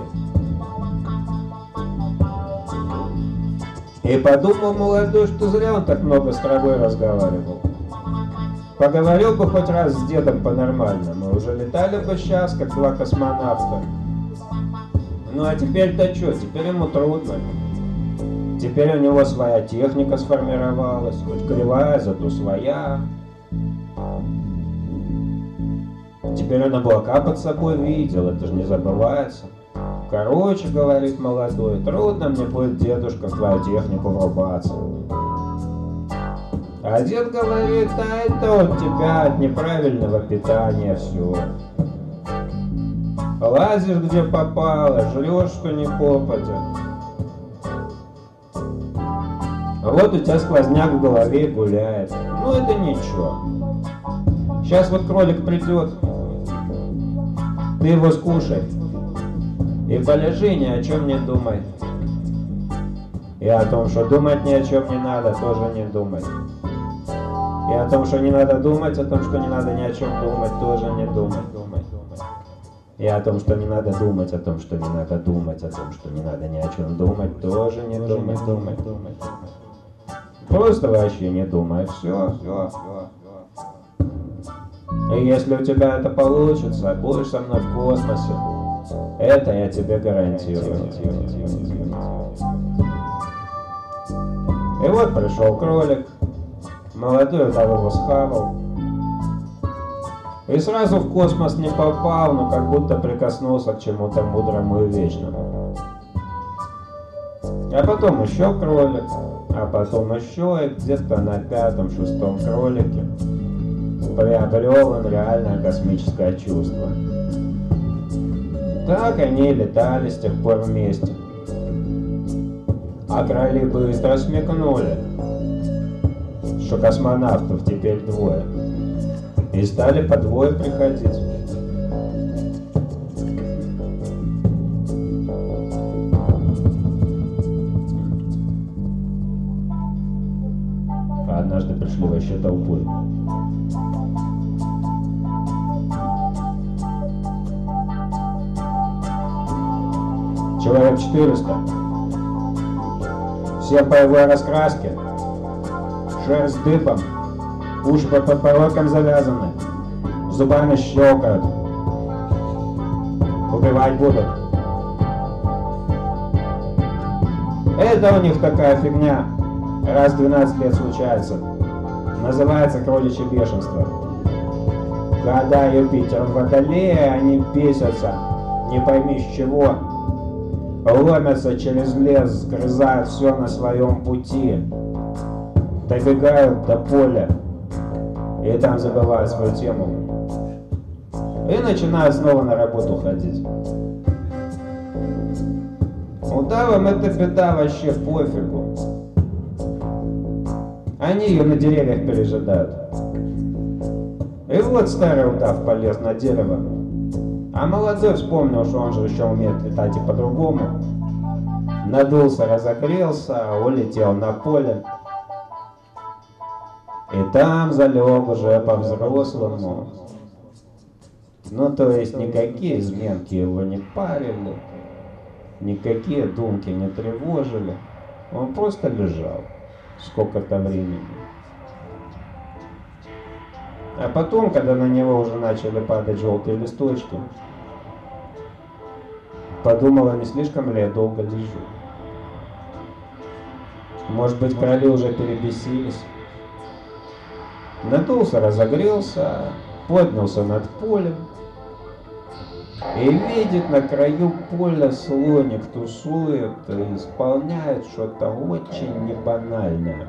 И подумал молодой, что зря он так много с травой разговаривал. Поговорил бы хоть раз с дедом по-нормальному, уже летали бы сейчас, как два космонавта. Ну а теперь-то что? Теперь ему трудно. Теперь у него своя техника сформировалась, хоть кривая, зато своя. Теперь он облака под собой видел, это же не забывается. Короче, говорит молодой, трудно мне будет, дедушка, в твою технику врубаться. А дед говорит: а это от тебя, от неправильного питания все. Лазишь где попало, жрешь что ни попадя. Вот у тебя сквозняк в голове гуляет. Ну это ничего. Сейчас вот кролик придет, ты его скушай. И полежи, ни о чем не думай. И о том, что думать ни о чем не надо, тоже не думай. И о том, что не надо думать, о том, что не надо ни о чем думать, тоже не думай. И о том, что не надо думать, о том, что не надо думать, о том, что не надо ни о чем думать, тоже не думай. Просто вообще не думай, все. И если у тебя это получится, будешь со мной в космосе, это я тебе гарантирую. И вот пришел кролик, молодой удав его схавал. И сразу в космос не попал, но как будто прикоснулся к чему-то мудрому и вечному. А потом еще кролик, а потом еще, и где-то на 5-6 кролике приобрел он реальное космическое чувство. Так они и летали с тех пор вместе. А кроли быстро смекнули, что космонавтов теперь двое. И стали по двое приходить. А однажды пришли вообще толпой. Человек 400. Все в боевой раскраске. Шерсть дыбом. Уши под подбородком завязаны. зубами щелкают. Убивать будут. Это у них такая фигня. Раз в 12 лет случается. Называется кроличье бешенство. Когда Юпитер в Водолее, они бесятся. Не пойми с чего. Ломятся через лес, сгрызают все на своем пути. Добегают до поля. И там забывают свою тему. И начинают снова на работу ходить. Удавам эта беда вообще пофигу. Они ее на деревьях пережидают. И вот старый удав полез на дерево. А молодой вспомнил, что он же еще умеет летать и по-другому. Надулся, разогрелся, улетел на поле. И там залег уже по-взрослому. Ну, то есть никакие изменки его не парили, никакие думки не тревожили. Он просто лежал сколько-то времени. А потом, когда на него уже начали падать желтые листочки, подумал, а не слишком ли я долго лежу. Может быть, короли уже перебесились. Надулся, разогрелся, поднялся над полем и видит, на краю поля слоник тусует и исполняет что-то очень небанальное.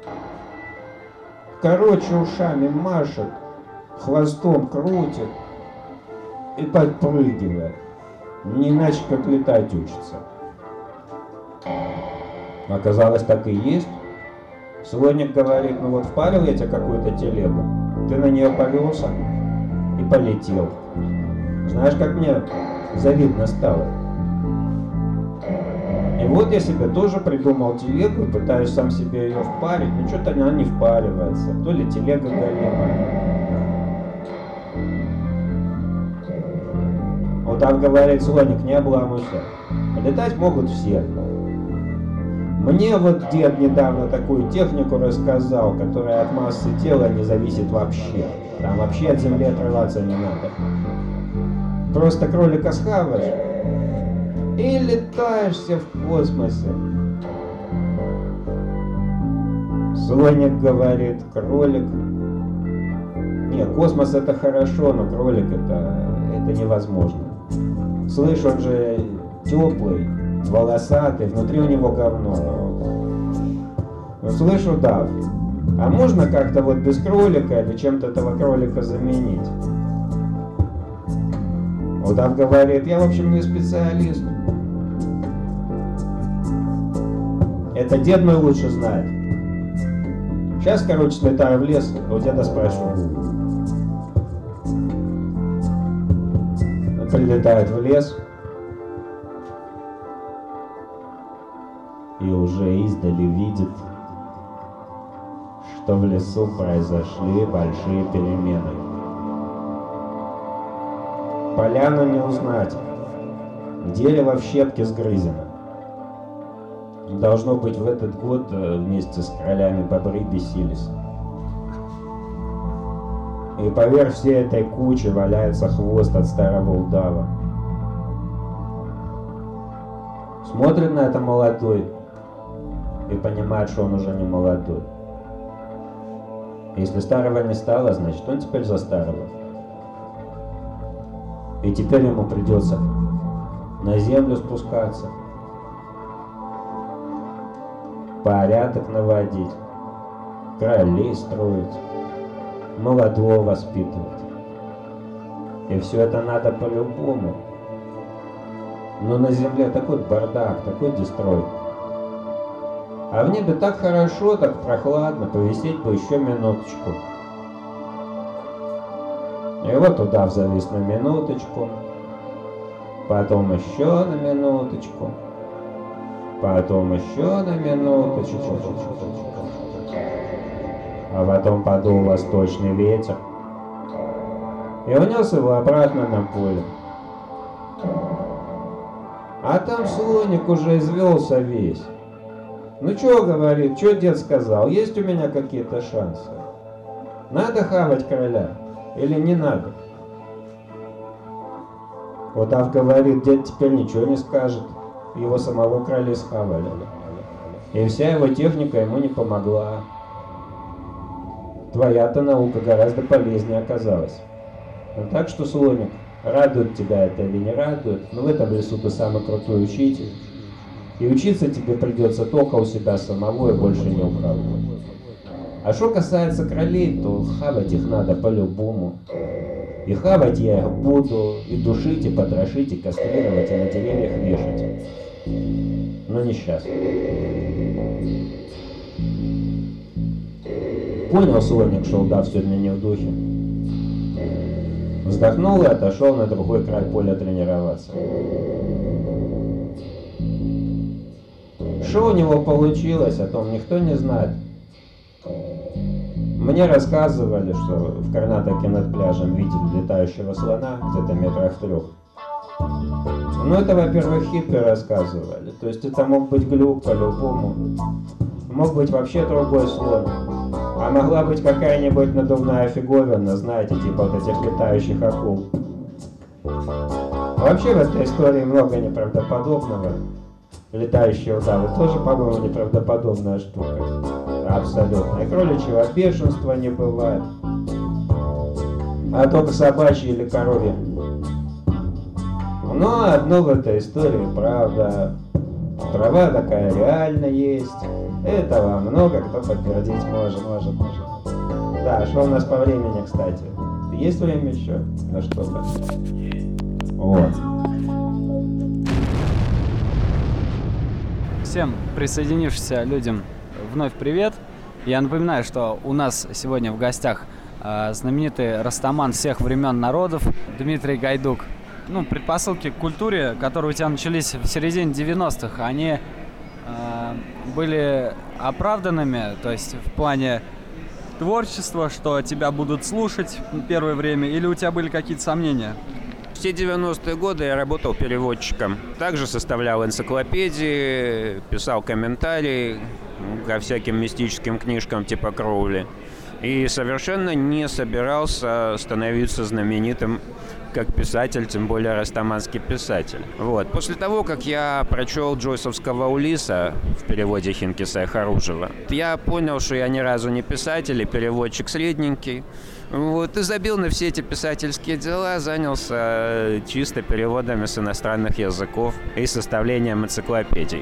Короче, ушами машет, хвостом крутит и подпрыгивает. Не иначе, как летать учится. Оказалось, так и есть. Слоник говорит, ну вот впарил я тебе какую-то телегу, ты на нее повелся и полетел. Знаешь, как мне завидно стало? И вот я себе тоже придумал телегу и пытаюсь сам себе ее впарить, но что-то она не впаривается. То ли телега голимая. Вот так говорит слоник, не обламывайся. Летать могут все. Мне вот дед недавно такую технику рассказал, которая от массы тела не зависит вообще. Там вообще от земли отрываться не надо. Просто кролика схаваешь и летаешься в космосе. Слоник говорит, кролик... Не, космос это хорошо, но кролик это невозможно. Слышь, он же теплый, волосатый, внутри у него говно. Ну, слышу, да. А можно как-то вот без кролика или чем-то этого кролика заменить? Удав говорит, я в общем не специалист. Это дед мой лучше знает. Сейчас, короче, слетаю в лес, у деда спрашиваю. Прилетает в лес. И уже издали видит, что в лесу произошли большие перемены. Поляну не узнать, дерево в щепки сгрызено. Должно быть, в этот год вместе с королями бобры бесились. И поверх всей этой кучи валяется хвост от старого удава. Смотрит на это молодой и понимает, что он уже не молодой. Если старого не стало, значит он теперь за старого. И теперь ему придется на землю спускаться, порядок наводить, королей строить, молодого воспитывать. И все это надо по-любому. Но на земле такой бардак, такой дестрой. А в небе так хорошо, так прохладно, повисеть бы еще минуточку. И вот удав завис на минуточку, потом еще на минуточку, потом еще на минуточку, а потом подул восточный ветер и унес его обратно на поле. А там слоник уже извелся весь. Ну что, говорит, что дед сказал, есть у меня какие-то шансы? Надо хавать короля. Или не надо? Удав говорит, дед теперь ничего не скажет. Его самого крали схавали. И вся его техника ему не помогла. Твоя-то наука гораздо полезнее оказалась. Ну, так что, слоник, радует тебя это или не радует, но в этом лесу ты самый крутой учитель. И учиться тебе придется только у себя самого и больше ни у кого. А что касается кролей, то хавать их надо по-любому. И хавать я их буду, и душить, и потрошить, и кастрировать, и на деревьях вешать. Но не сейчас. Понял слоник, что удав сегодня не в духе. Вздохнул и отошел на другой край поля тренироваться. Что у него получилось, о том никто не знает. Мне рассказывали, что в Карнатоке над пляжем видели летающего слона где-то метрах 3. Ну это, во-первых, хиппи рассказывали. То есть это мог быть глюк по-любому. Мог быть вообще другой слон. А могла быть какая-нибудь надувная фиговина, знаете, типа вот этих летающих акул. Вообще в этой истории много неправдоподобного. Летающие удавы тоже, по-моему, неправдоподобная штука. Абсолютно. И кроличьего бешенства не бывает. А только собачьи или коровьи. Но одно в этой истории правда. Трава такая реально есть. Этого много кто подтвердить может. Да, что у нас по времени, кстати? Есть время еще на что-то? Вот. Всем присоединившимся людям вновь привет. Я напоминаю, что у нас сегодня в гостях знаменитый растаман всех времен народов Дмитрий Гайдук. Ну, предпосылки к культуре, которые у тебя начались в середине 90-х, они были оправданными, то есть в плане творчества, что тебя будут слушать первое время, или у тебя были какие-то сомнения? Все 90-е годы я работал переводчиком. Также составлял энциклопедии, писал комментарии ко всяким мистическим книжкам типа Кроули. И совершенно не собирался становиться знаменитым как писатель, тем более растаманский писатель. Вот. После того, как я прочел Джойсовского «Улисса» в переводе Хинкиса и Харужева, я понял, что я ни разу не писатель и переводчик средненький. Вот, и забил на все эти писательские дела, занялся чисто переводами с иностранных языков и составлением энциклопедий.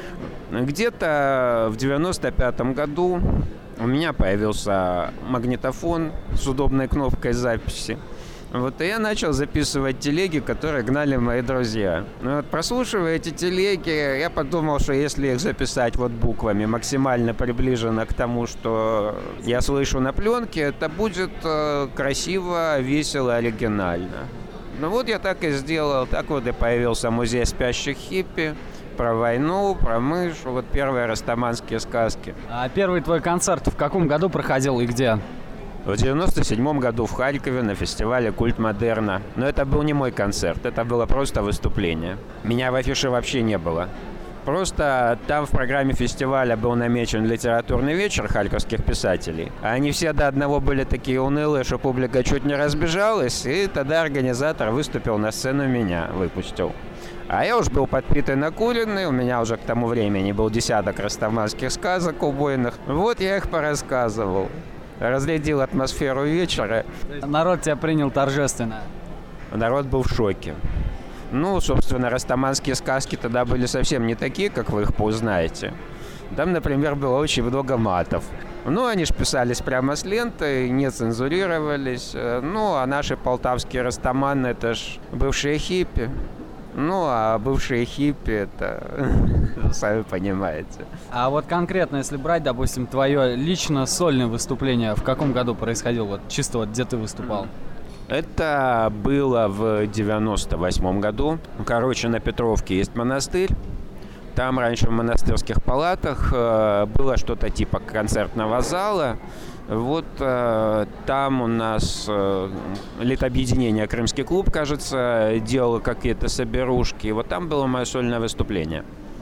Где-то в 95-м году у меня появился магнитофон с удобной кнопкой записи. Вот, и я начал записывать телеги, которые гнали мои друзья. Вот, прослушивая эти телеги, я подумал, что если их записать вот буквами максимально приближенно к тому, что я слышу на пленке, это будет красиво, весело, оригинально. Ну вот я так и сделал. Так вот и появился музей спящих хиппи. Про войну, про мышь, вот первые растаманские сказки. А первый твой концерт в каком году проходил и где? В 97-м году в Харькове на фестивале «Культ модерна». Но это был не мой концерт, это было просто выступление. Меня в афише вообще не было. Просто там в программе фестиваля был намечен литературный вечер харьковских писателей. А они все до одного были такие унылые, что публика чуть не разбежалась. И тогда организатор выступил на сцену, меня выпустил. А я уж был подпитый, накуренный, у меня уже к тому времени был десяток растаманских сказок убойных. Вот я их порассказывал. Разрядил атмосферу вечера. Народ тебя принял торжественно. Народ был в шоке. Ну, собственно, растаманские сказки тогда были совсем не такие, как вы их поузнаете. Там, например, было очень много матов. Ну, они ж писались прямо с ленты, не цензурировались. Ну, а наши полтавские растаманы — это ж бывшие хиппи. Ну, а бывшие хиппи — это, сами понимаете. А вот конкретно, если брать, допустим, твое лично сольное выступление, в каком году происходило? Вот чисто вот где ты выступал? Это было в 98-м году. Короче, на Петровке есть монастырь. Там раньше в монастырских палатах было что-то типа концертного зала. Вот там у нас литобъединение «Крымский клуб», кажется, делало какие-то соберушки. И вот там было мое сольное выступление.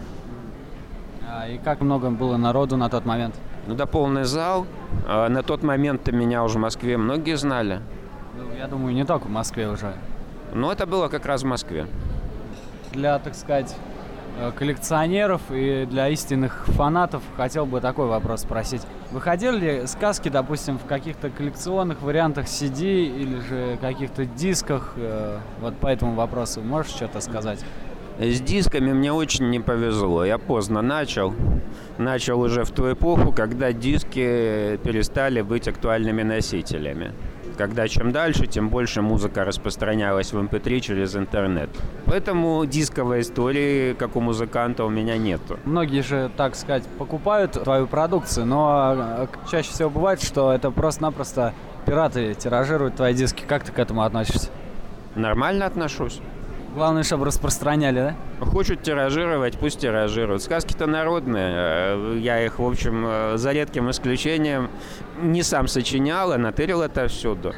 И как много было народу на тот момент? Ну да, полный зал. На тот момент меня уже в Москве многие знали. Ну, я думаю, не только в Москве уже. Но это было как раз в Москве. Для, так сказать, коллекционеров и для истинных фанатов хотел бы такой вопрос спросить. Выходили ли сказки, допустим, в каких-то коллекционных вариантах CD или же каких-то дисках? Вот по этому вопросу можешь что-то сказать? С дисками мне очень не повезло. Я поздно начал. Начал уже в ту эпоху, когда диски перестали быть актуальными носителями. Когда чем дальше, тем больше музыка распространялась в MP3 через интернет. Поэтому дисковой истории, как у музыканта, у меня нету. Многие же, так сказать, покупают твою продукцию, но чаще всего бывает, что это просто-напросто пираты тиражируют твои диски. Как ты к этому относишься? Нормально отношусь. Главное, чтобы распространяли, да? Хочут тиражировать, пусть тиражируют. Сказки-то народные. Я их, в общем, за редким исключением не сам сочинял, а натырил это всюду.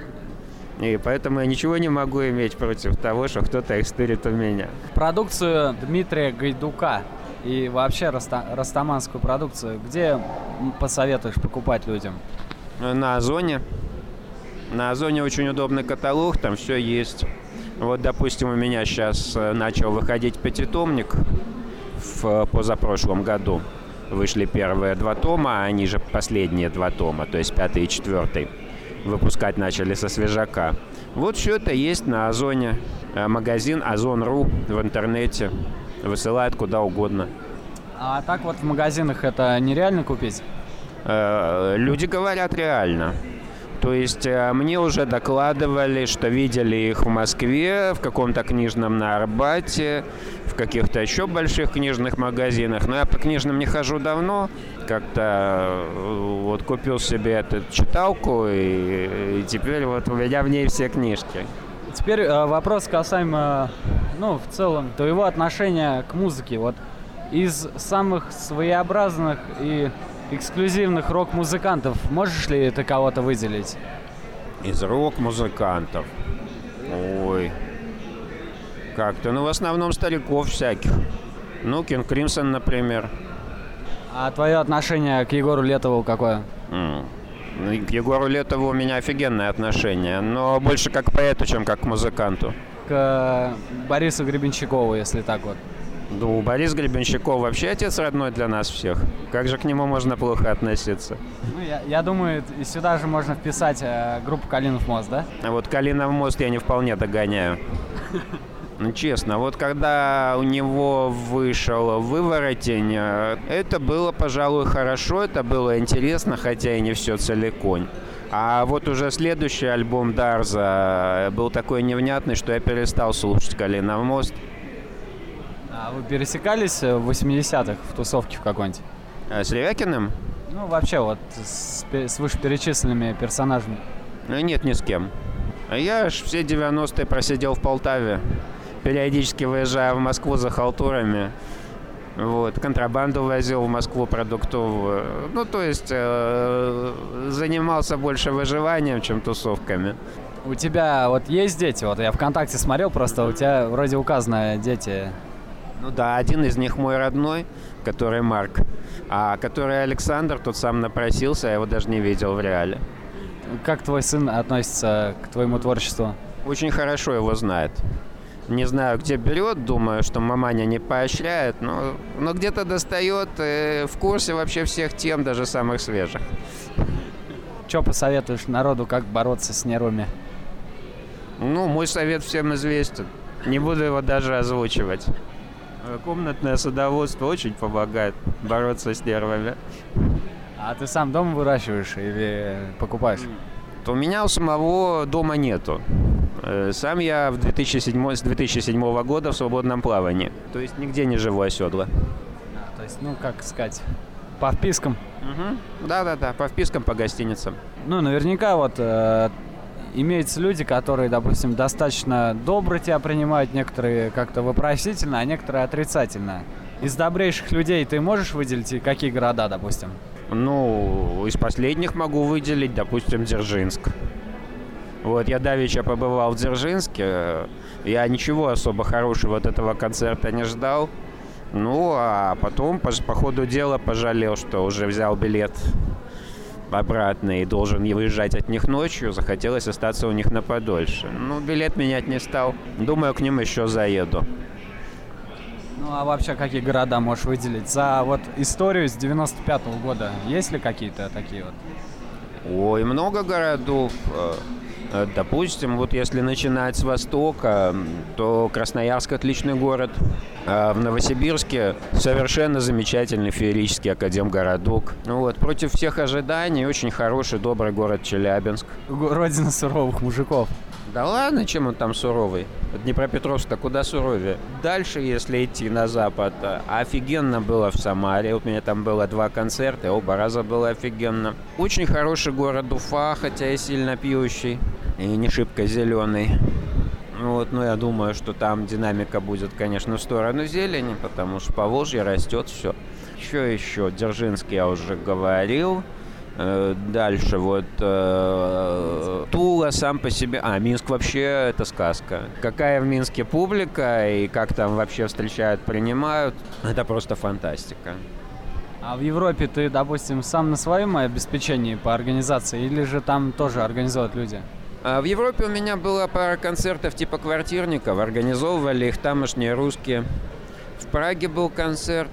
И поэтому я ничего не могу иметь против того, что кто-то их стырит у меня. Продукцию Дмитрия Гайдука и вообще растаманскую продукцию, где посоветуешь покупать людям? На Озоне. На Озоне очень удобный каталог, там все есть. Вот, допустим, у меня сейчас начал выходить пятитомник в позапрошлом году. Вышли первые 2 тома, а они же последние 2 тома, то есть 5 и 4. Выпускать начали со свежака. Вот все это есть на Озоне. Магазин Озон.ру в интернете. Высылает куда угодно. А так вот в магазинах это нереально купить? Люди говорят реально. То есть мне уже докладывали, что видели их в Москве, в каком-то книжном на Арбате, в каких-то еще больших книжных магазинах. Но я по книжным не хожу давно. Как-то вот купил себе эту читалку, и теперь вот у меня в ней все книжки. Теперь вопрос касаемо, в целом, твоего отношения к музыке. Вот из самых своеобразных и эксклюзивных рок-музыкантов можешь ли ты кого-то выделить? Из рок-музыкантов? Ой. Как-то, в основном стариков всяких. Кинг Кримсон, например. А твое отношение к Егору Летову какое? К Егору Летову у меня офигенное отношение, но больше как к поэту, чем как к музыканту. К Борису Гребенщикову, если так вот. Борис Гребенщиков вообще отец родной для нас всех. Как же к нему можно плохо относиться? Я думаю, и сюда же можно вписать группу «Калинов мост», да? А вот «Калинов мост» я не вполне догоняю. Честно, вот когда у него вышел «Выворотень», это было, пожалуй, хорошо, это было интересно, хотя и не все целиком. А вот уже следующий альбом Дарза был такой невнятный, что я перестал слушать «Калинов мост». А вы пересекались в 80-х в тусовке в какой-нибудь? С Ревякиным? Вообще вот с вышеперечисленными персонажами. Нет, ни с кем. Я ж все 90-е просидел в Полтаве, периодически выезжая в Москву за халтурами. Вот, контрабанду возил в Москву продуктовую. То есть занимался больше выживанием, чем тусовками. У тебя вот есть дети? Вот я ВКонтакте смотрел, просто у тебя вроде указано дети. Да, один из них мой родной, который Марк, а который Александр, тот сам напросился, я его даже не видел в реале. Как твой сын относится к твоему творчеству? Очень хорошо его знает. Не знаю, где берет, думаю, что маманя не поощряет, но где-то достает, в курсе вообще всех тем, даже самых свежих. Что посоветуешь народу, как бороться с нервами? Мой совет всем известен. Не буду его даже озвучивать. Комнатное садоводство очень помогает бороться с нервами. А ты сам дома выращиваешь или покупаешь? У меня у самого дома нету. Сам я с 2007 года в свободном плавании. То есть нигде не живу оседло. То есть, как сказать, по впискам? Да, по впискам, по гостиницам. Наверняка вот имеются люди, которые, допустим, достаточно добро тебя принимают, некоторые как-то вопросительно, а некоторые отрицательно. Из добрейших людей ты можешь выделить какие города, допустим? Из последних могу выделить, допустим, Дзержинск. Вот, я давеча побывал в Дзержинске, я ничего особо хорошего от этого концерта не ждал. А потом, по ходу дела, пожалел, что уже взял билет обратно и должен выезжать от них ночью, захотелось остаться у них на подольше. Ну, билет менять не стал. Думаю, к ним еще заеду. Ну, а вообще, какие города можешь выделить? За вот историю с 95-го года есть ли какие-то такие вот? Ой, много городов. Допустим, вот если начинать с востока, то Красноярск отличный город. А в Новосибирске совершенно замечательный феерический академгородок. Вот, против всех ожиданий очень хороший, добрый город Челябинск. Родина суровых мужиков. Да ладно, чем он там суровый? Днепропетровск-то куда суровее. Дальше, если идти на запад, офигенно было в Самаре. У меня там было 2 концерта, оба раза было офигенно. Очень хороший город Уфа, хотя и сильно пьющий, и не шибко зеленый. Вот, но я думаю, что там динамика будет, конечно, в сторону зелени, потому что Поволжье растет все. Еще Дзержинский я уже говорил. Дальше вот Тула сам по себе... Минск вообще это сказка. Какая в Минске публика и как там вообще встречают, принимают, это просто фантастика. А в Европе ты, допустим, сам на своем обеспечении по организации или же там тоже организуют люди? В Европе у меня была пара концертов типа квартирников, организовывали их тамошние русские. В Праге был концерт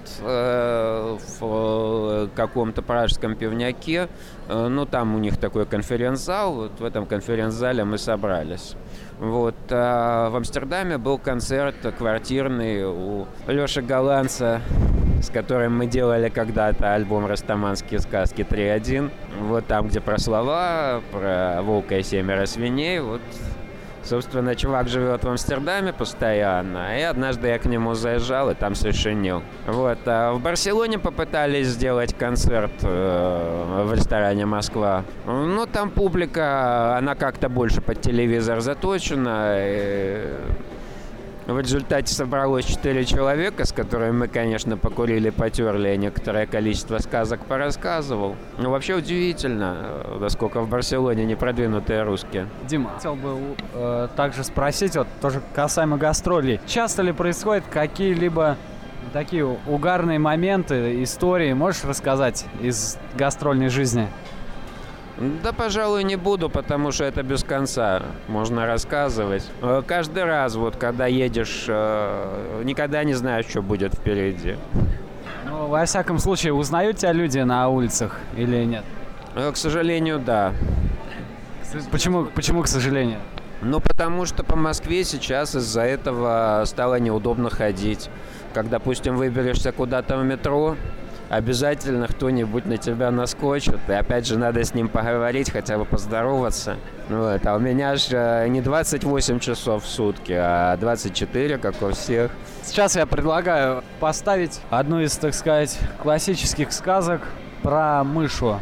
в каком-то пражском пивняке. Ну, там у них такой конференц-зал. Вот в этом конференц-зале мы собрались. Вот. А в Амстердаме был концерт квартирный у Лёши Голландца, с которым мы делали когда-то альбом «Растаманские сказки 3.1». Вот там, где про слова, про волка и 7 свиней. Вот. Собственно, чувак живет в Амстердаме постоянно, и однажды я к нему заезжал и там сочинил. Вот. А в Барселоне попытались сделать концерт в ресторане «Москва». Но там публика, она как-то больше под телевизор заточена. И в результате собралось 4 человека, с которыми мы, конечно, покурили, потерли, и некоторое количество сказок порассказывал. Но вообще удивительно, насколько в Барселоне непродвинутые русские. Дима, хотел бы также спросить, вот тоже касаемо гастролей. Часто ли происходят какие-либо такие угарные моменты, истории? Можешь рассказать из гастрольной жизни? Да, пожалуй, не буду, потому что это без конца можно рассказывать. Каждый раз, вот когда едешь, никогда не знаешь, что будет впереди. Ну, во всяком случае, узнают тебя люди на улицах или нет? К сожалению, да. Почему, к сожалению? Ну, потому что по Москве сейчас из-за этого стало неудобно ходить. Как, допустим, выберешься куда-то в метро, обязательно кто-нибудь на тебя наскочит, и опять же надо с ним поговорить, хотя бы поздороваться. Вот. А у меня же не 28 часов в сутки, а 24, как у всех. Сейчас я предлагаю поставить одну из, так сказать, классических сказок про мышу.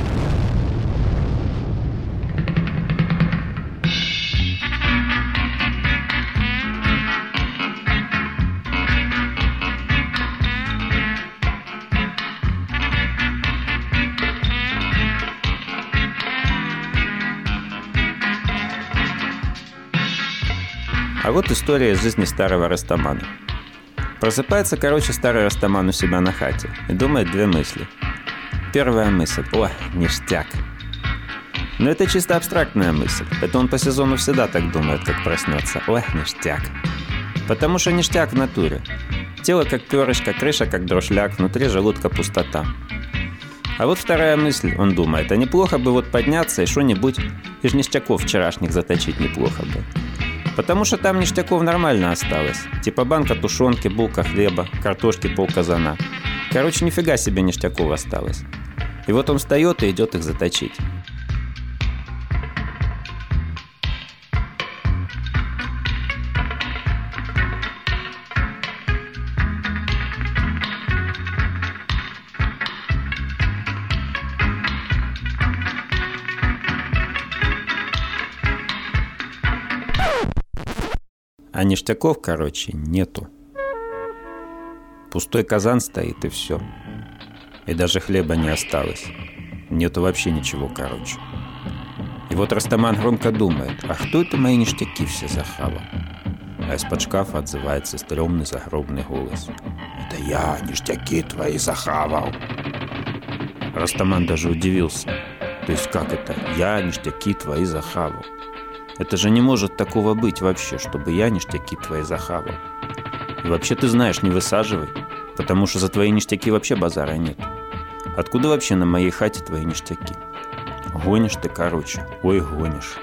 А вот история из жизни старого Растамана. Просыпается, старый Растаман у себя на хате и думает 2 мысли. Первая мысль: о, ништяк. Но это чисто абстрактная мысль. Это он по сезону всегда так думает, как проснется. О, ништяк. Потому что ништяк в натуре. Тело как перышко, крыша как друшляк, внутри желудка пустота. А вот вторая мысль, он думает: а неплохо бы вот подняться и что-нибудь из ништяков вчерашних заточить неплохо бы. Потому что там ништяков нормально осталось. Типа банка тушенки, булка хлеба, картошки полказана. Короче, нифига себе ништяков осталось. И вот он встает и идет их заточить. А ништяков, нету. Пустой казан стоит, и все. И даже хлеба не осталось. Нету вообще ничего, И вот Растаман громко думает: а кто это мои ништяки все захавал? А из-под шкафа отзывается стрёмный загробный голос: это я ништяки твои захавал. Растаман даже удивился. То есть как это? Я ништяки твои захавал. Это же не может такого быть вообще, чтобы я ништяки твои захавал. И вообще ты знаешь, не высаживай, потому что за твои ништяки вообще базара нет. Откуда вообще на моей хате твои ништяки? Гонишь ты, короче, ой, гонишь.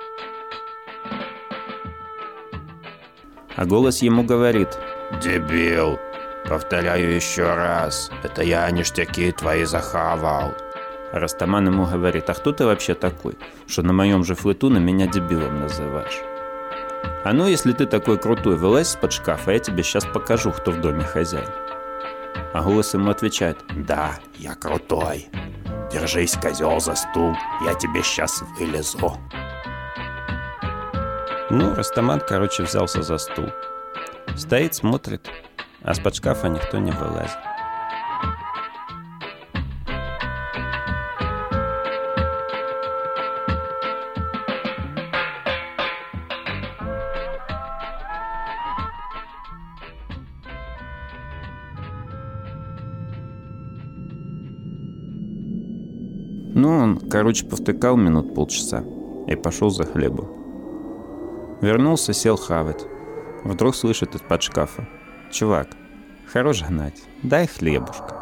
А голос ему говорит: «Дебил, повторяю еще раз, это я ништяки твои захавал». А Растаман ему говорит: «А кто ты вообще такой, что на моем же флету на меня дебилом называешь? А ну, если ты такой крутой, вылазь из-под шкафа, я тебе сейчас покажу, кто в доме хозяин». А голос ему отвечает: «Да, я крутой. Держись, козел, за стул, я тебе сейчас вылезу». Ну, Растаман, короче, взялся за стул. Стоит, смотрит, а с-под шкафа никто не вылазит. Ну, он, короче, повтыкал минут полчаса и пошел за хлебом. Вернулся, сел хавать. Вдруг слышит из-под шкафа: «Чувак, хорош гнать, дай хлебушка».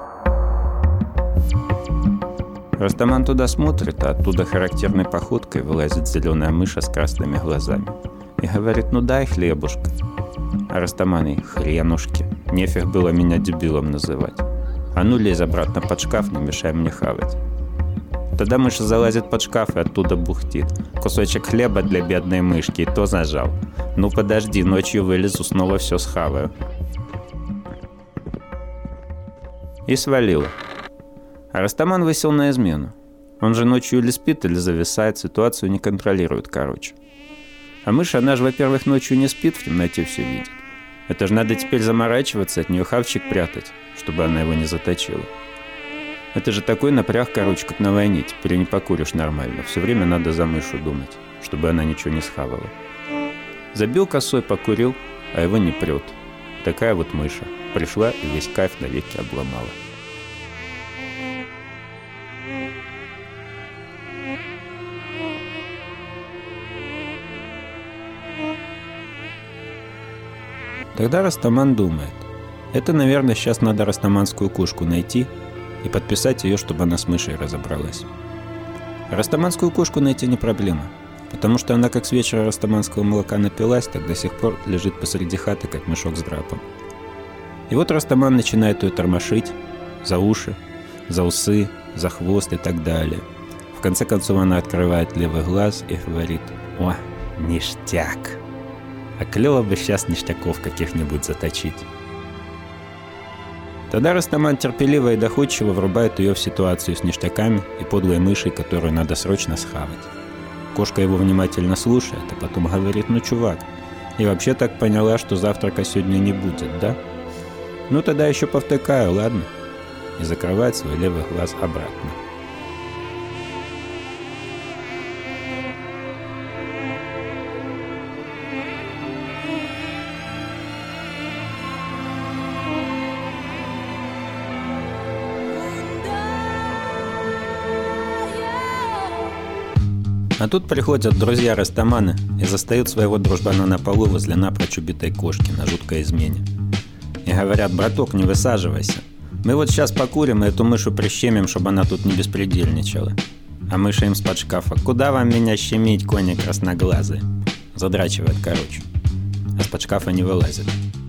Растаман туда смотрит, а оттуда характерной походкой вылазит зеленая мыша с красными глазами и говорит: «Ну дай хлебушка». А Растаман ей: «Хренушки, нефиг было меня дебилом называть. А ну лезь обратно под шкаф, не мешай мне хавать». Тогда мыша залазит под шкаф и оттуда бухтит: «Кусочек хлеба для бедной мышки, и то зажал. Ну подожди, ночью вылезу, снова все схаваю». И свалила. А Растаман высел на измену. Он же ночью или спит, или зависает, ситуацию не контролирует, короче. А мышь, она же, во-первых, ночью не спит, в темноте все видит. Это же надо теперь заморачиваться, от нее хавчик прятать, чтобы она его не заточила. Это же такой напряг, короче, как на войне. Теперь не покуришь нормально. Все время надо за мышу думать, чтобы она ничего не схавала. Забил косой, покурил, а его не прет. Такая вот мыша. Пришла и весь кайф навеки обломала. Тогда Растаман думает: это, наверное, сейчас надо растаманскую кошку найти и подписать ее, чтобы она с мышей разобралась. Растаманскую кошку найти не проблема, потому что она как с вечера растаманского молока напилась, так до сих пор лежит посреди хаты, как мешок с драпом. И вот Растаман начинает ее тормошить за уши, за усы, за хвост и так далее. В конце концов она открывает левый глаз и говорит: «О, ништяк! А клево бы сейчас ништяков каких-нибудь заточить». Тогда Растаман терпеливо и доходчиво врубает ее в ситуацию с ништяками и подлой мышей, которую надо срочно схавать. Кошка его внимательно слушает, а потом говорит: «Ну, чувак, и вообще так поняла, что завтрака сегодня не будет, да? Ну, тогда еще повтыкаю, ладно?» И закрывает свой левый глаз обратно. А тут приходят друзья Растамана и застают своего дружбана на полу возле напрочь убитой кошки на жуткой измене. И говорят: «Браток, не высаживайся. Мы вот сейчас покурим и эту мышу прищемим, чтобы она тут не беспредельничала». А мыша им с-под шкафа: «Куда вам меня щемить, кони красноглазые?» Задрачивает, короче. А с-под шкафа не вылазит.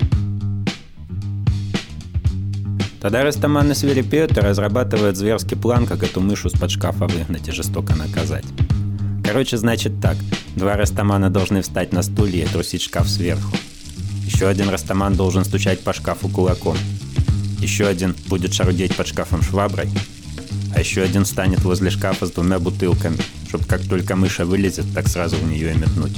Тогда Растаман и свирепеют и разрабатывают зверский план, как эту мышу с-под шкафа выгнать и жестоко наказать. Короче, значит так. 2 Растамана должны встать на стулья и трусить шкаф сверху. Еще один Растаман должен стучать по шкафу кулаком. Еще один будет шарудеть под шкафом шваброй. А еще один встанет возле шкафа с 2 бутылками, чтобы как только мыша вылезет, так сразу в нее и метнуть.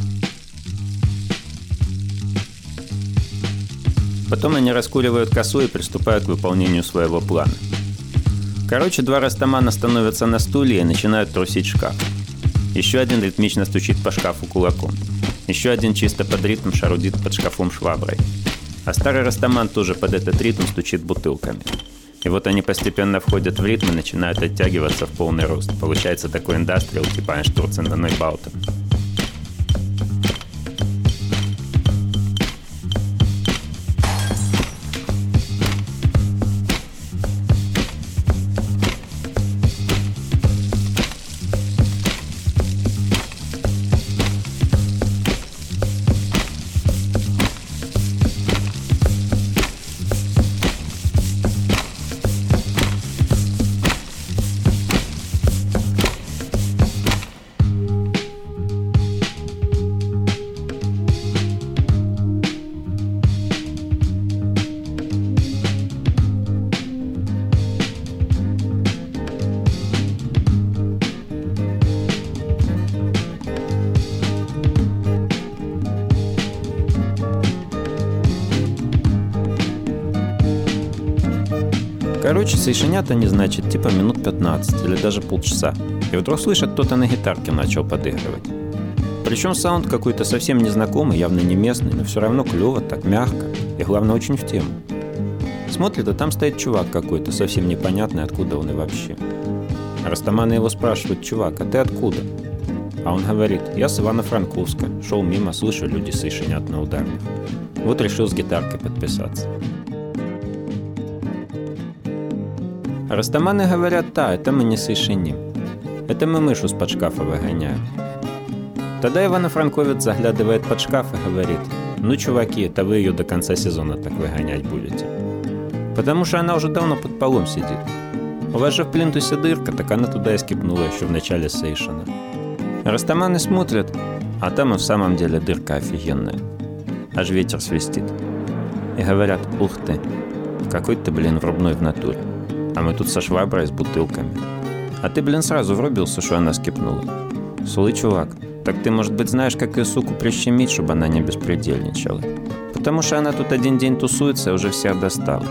Потом они раскуривают косу и приступают к выполнению своего плана. Короче, 2 Растамана становятся на стулья и начинают трусить шкаф. Еще один ритмично стучит по шкафу кулаком. Еще один чисто под ритм шарудит под шкафом шваброй. А старый Растаман тоже под этот ритм стучит бутылками. И вот они постепенно входят в ритм и начинают оттягиваться в полный рост. Получается такой индастриал типа Einstürzende Neubauten. Короче, соединят они, значит, типа минут 15 или даже полчаса. И вдруг слышат, кто-то на гитарке начал подыгрывать. Причем саунд какой-то совсем незнакомый, явно не местный, но все равно клево, так мягко. И главное, очень в тему. Смотрит, а там стоит чувак какой-то, совсем непонятный, откуда он и вообще. Растаманы его спрашивают: чувак, а ты откуда? А он говорит: я с Ивано-Франковска. Шел мимо, слышу, люди соединят на ударных. Вот решил с гитаркой подписаться. Растаманы говорят: да, это мы не соединим. Это мы мышу с-под шкафа выгоняем. Тогда Ивано-Франковец заглядывает под шкаф и говорит: ну, чуваки, это вы ее до конца сезона так выгонять будете. Потому что она уже давно под полом сидит. У вас же в плинтусе дырка, так она туда и скипнула еще в начале сейшена. Растаманы смотрят, а там и в самом деле дырка офигенная. Аж ветер свистит. И говорят: ух ты, какой ты, блин, врубной в натуре. А мы тут со шваброй с бутылками. А ты, блин, сразу врубился, что она скипнула. Слушай, чувак, так ты, может быть, знаешь, как ее, суку, прищемить, чтобы она не беспредельничала? Потому что она тут один день тусуется и уже всех достала.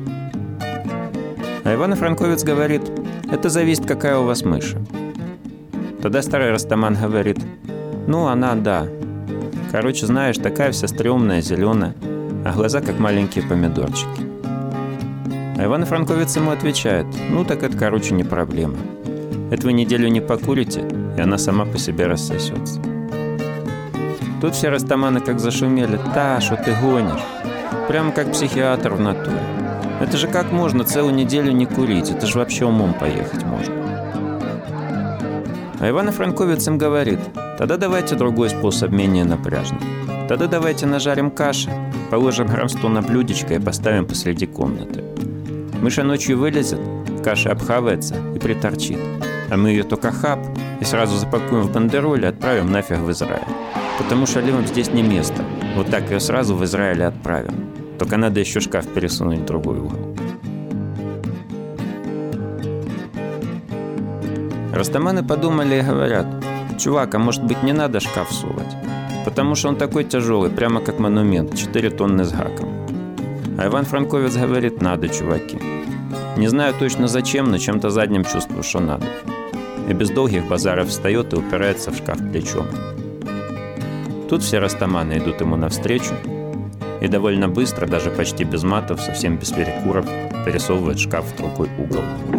А Ивано-Франковец говорит: это зависит, какая у вас мыша. Тогда старый Растаман говорит: ну, она, да. Короче, знаешь, такая вся стрёмная, зеленая, а глаза как маленькие помидорчики. А Ивано-Франковец ему отвечает: ну, так это, короче, не проблема. Это вы неделю не покурите, и она сама по себе рассосется. Тут все Растаманы как зашумели: та, что ты гонишь? Прямо как психиатр в натуре. Это же как можно целую неделю не курить? Это же вообще умом поехать можно. А Ивано-Франковец им говорит: тогда давайте другой способ, менее напряжный. Тогда давайте нажарим каши, положим грамм 100 на блюдечко и поставим посреди комнаты. Мыша ночью вылезет, каша обхавается и приторчит. А мы ее только хап и сразу запакуем в бандероль и отправим нафиг в Израиль. Потому что левым здесь не место. Вот так ее сразу в Израиль отправим. Только надо еще шкаф пересунуть в другой угол. Растаманы подумали и говорят: чувак, а может быть не надо шкаф сувать? Потому что он такой тяжелый, прямо как монумент, 4 тонны с гаком. А Иван-Франковец говорит: надо, чуваки. Не знаю точно зачем, но чем-то задним чувствую, что надо. И без долгих базаров встает и упирается в шкаф плечом. Тут все Растаманы идут ему навстречу и довольно быстро, даже почти без матов, совсем без перекуров, пересовывают шкаф в другой угол.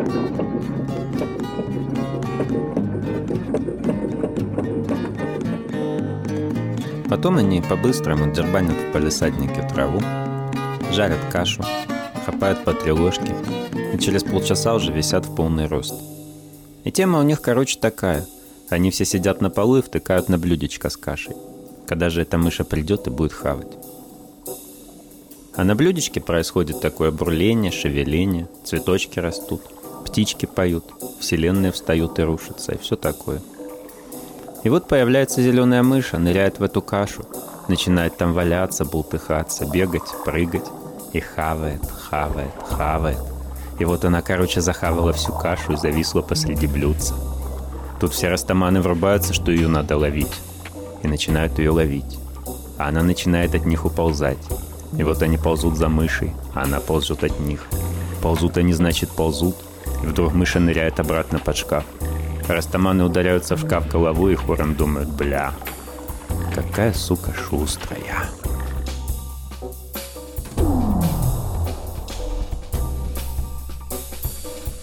Потом они по-быстрому дербанят в палисаднике траву, жарят кашу, хапают по 3 ложки и через полчаса уже висят в полный рост. И тема у них, короче, такая. Они все сидят на полу и втыкают на блюдечко с кашей. Когда же эта мыша придет и будет хавать. А на блюдечке происходит такое бурление, шевеление, цветочки растут, птички поют, вселенные встают и рушатся, и все такое. И вот появляется зеленая мыша, ныряет в эту кашу, начинает там валяться, бултыхаться, бегать, прыгать, и хавает, хавает, хавает. И вот она, короче, захавала всю кашу и зависла посреди блюдца. Тут все Растаманы врубаются, что ее надо ловить, и начинают ее ловить. А она начинает от них уползать. И вот они ползут за мышей, а она ползет от них. Ползут они, значит, ползут, и вдруг мыша ныряет обратно под шкаф. Растаманы ударяются в шкаф головой и хором думают: бля, какая сука шустрая.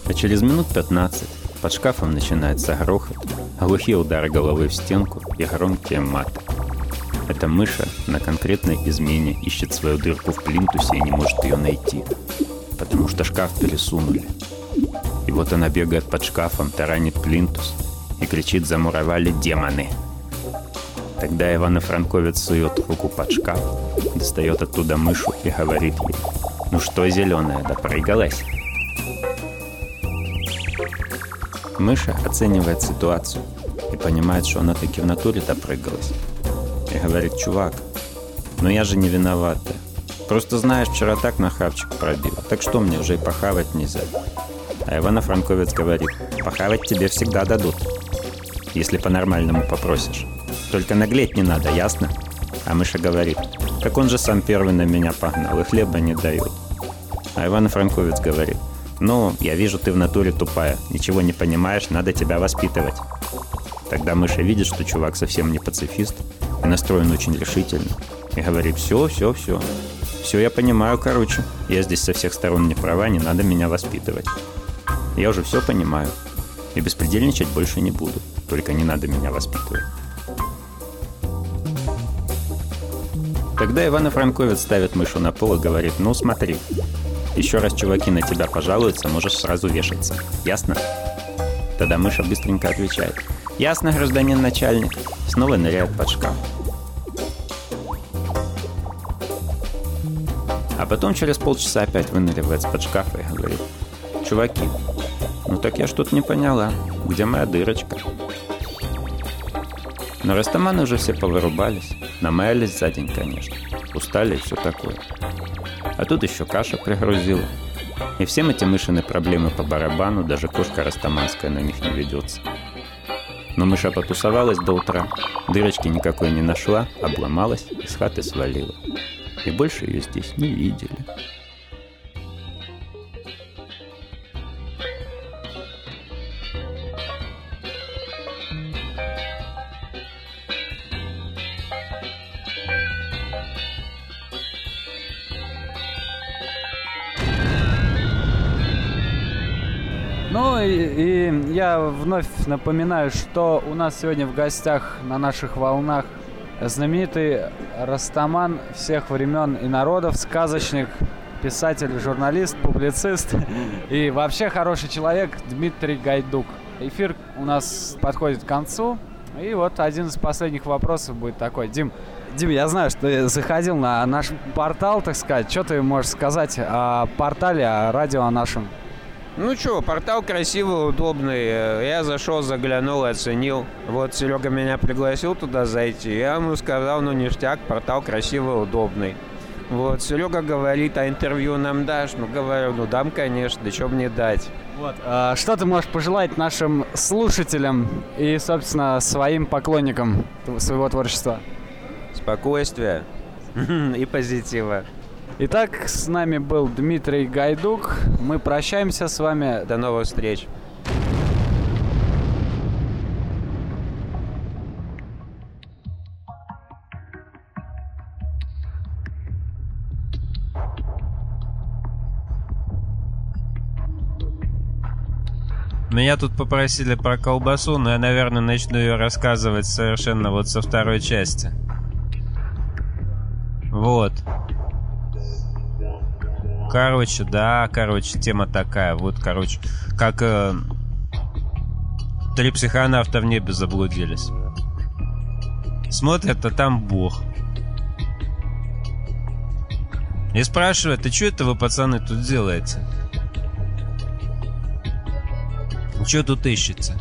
А через минут 15 под шкафом начинается грохот, глухие удары головы в стенку и громкие маты. Эта мыша на конкретной измене ищет свою дырку в плинтусе и не может ее найти, потому что шкаф пересунули. И вот она бегает под шкафом, таранит плинтус и кричит: «Замуровали демоны!» Тогда Ивано-Франковец сует руку под шкаф, достает оттуда мышу и говорит ей: «Ну что, зеленая, допрыгалась?» Мыша оценивает ситуацию и понимает, что она таки в натуре допрыгалась. И говорит: «Чувак, ну я же не виноватая. Просто знаешь, вчера так на хавчик пробила, так что мне уже и похавать нельзя». А Ивано-Франковец говорит: «Похавать тебе всегда дадут, если по-нормальному попросишь. Только наглеть не надо, ясно?» А мыша говорит: «Так он же сам первый на меня погнал, и хлеба не дают». А Ивано-Франковец говорит: «Ну, я вижу, ты в натуре тупая, ничего не понимаешь, надо тебя воспитывать». Тогда мыша видит, что чувак совсем не пацифист и настроен очень решительно, и говорит: «Все, я понимаю, короче, я здесь со всех сторон не права, не надо меня воспитывать. Я уже все понимаю, и беспредельничать больше не буду, только не надо меня воспитывать». Тогда Ивано-Франковец ставит мышу на пол и говорит: «Ну смотри, еще раз чуваки на тебя пожалуются, можешь сразу вешаться. Ясно?» Тогда мыша быстренько отвечает: «Ясно, гражданин начальник». Снова ныряет под шкаф. А потом через полчаса опять выныривает из-под шкафа и говорит: «Чуваки, ну так я что-то не поняла. Где моя дырочка?» Но растаманы уже все повырубались, намаялись за день, конечно. Устали и все такое. А тут еще каша пригрузила. И всем эти мышины проблемы по барабану, даже кошка растаманская на них не ведется. Но мыша потусовалась до утра, дырочки никакой не нашла, обломалась и с хаты свалила. И больше ее здесь не видели. Ну и я вновь напоминаю, что у нас сегодня в гостях на наших волнах знаменитый растаман всех времен и народов, сказочник, писатель, журналист, публицист и вообще хороший человек Дмитрий Гайдук. Эфир у нас подходит к концу, и вот один из последних вопросов будет такой. Дим, я знаю, что ты заходил на наш портал, так сказать. Что ты можешь сказать о портале, о радио нашем? Ну что, портал красивый, удобный. Я зашел, заглянул, оценил. Вот Серега меня пригласил туда зайти. Я ему сказал: ну ништяк, портал красивый, удобный. Вот, Серега говорит: а интервью нам дашь? Ну, говорю: ну дам, конечно, да что мне дать. Вот, что ты можешь пожелать нашим слушателям и, собственно, своим поклонникам своего творчества? Спокойствия и позитива. Итак, с нами был Дмитрий Гайдук. Мы прощаемся с вами. До новых встреч. Меня тут попросили про колбасу, но я, наверное, начну ее рассказывать совершенно вот со второй части. Вот. Короче, тема такая. Вот, короче, как 3 психонавта в небе заблудились. Смотрят, а там Бог. И спрашивает: а что это вы, пацаны, тут делаете? Что тут ищете?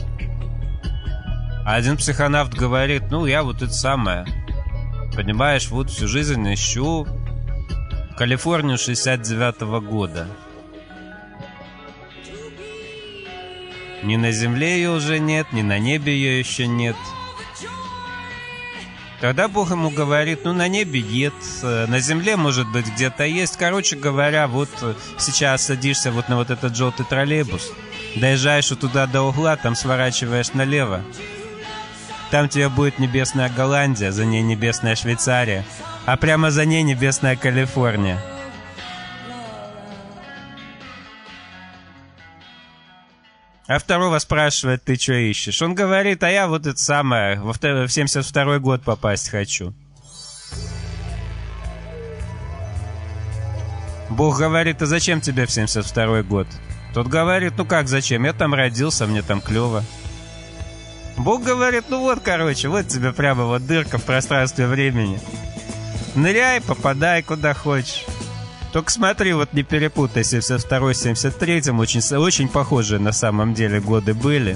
А один психонавт говорит: ну, я вот это самое. Понимаешь, вот всю жизнь ищу Калифорнию 69-го года. Ни на земле ее уже нет, ни на небе ее еще нет. Тогда Бог ему говорит: ну, на небе нет, на земле, может быть, где-то есть. Короче говоря, вот сейчас садишься вот на вот этот желтый троллейбус, доезжаешь вот туда до угла, там сворачиваешь налево. Там тебе будет небесная Голландия, за ней небесная Швейцария, а прямо за ней небесная Калифорния. А второго спрашивает, ты что ищешь? Он говорит, а я вот это самое, в 72-й год попасть хочу. Бог говорит, а зачем тебе в 72-й год? Тот говорит, ну как зачем? Я там родился, мне там клево. Бог говорит, ну вот, короче, вот тебе прямо вот дырка в пространстве времени. Ныряй, попадай куда хочешь. Только смотри, вот не перепутай, 72-й с 73-м очень похожие на самом деле годы были.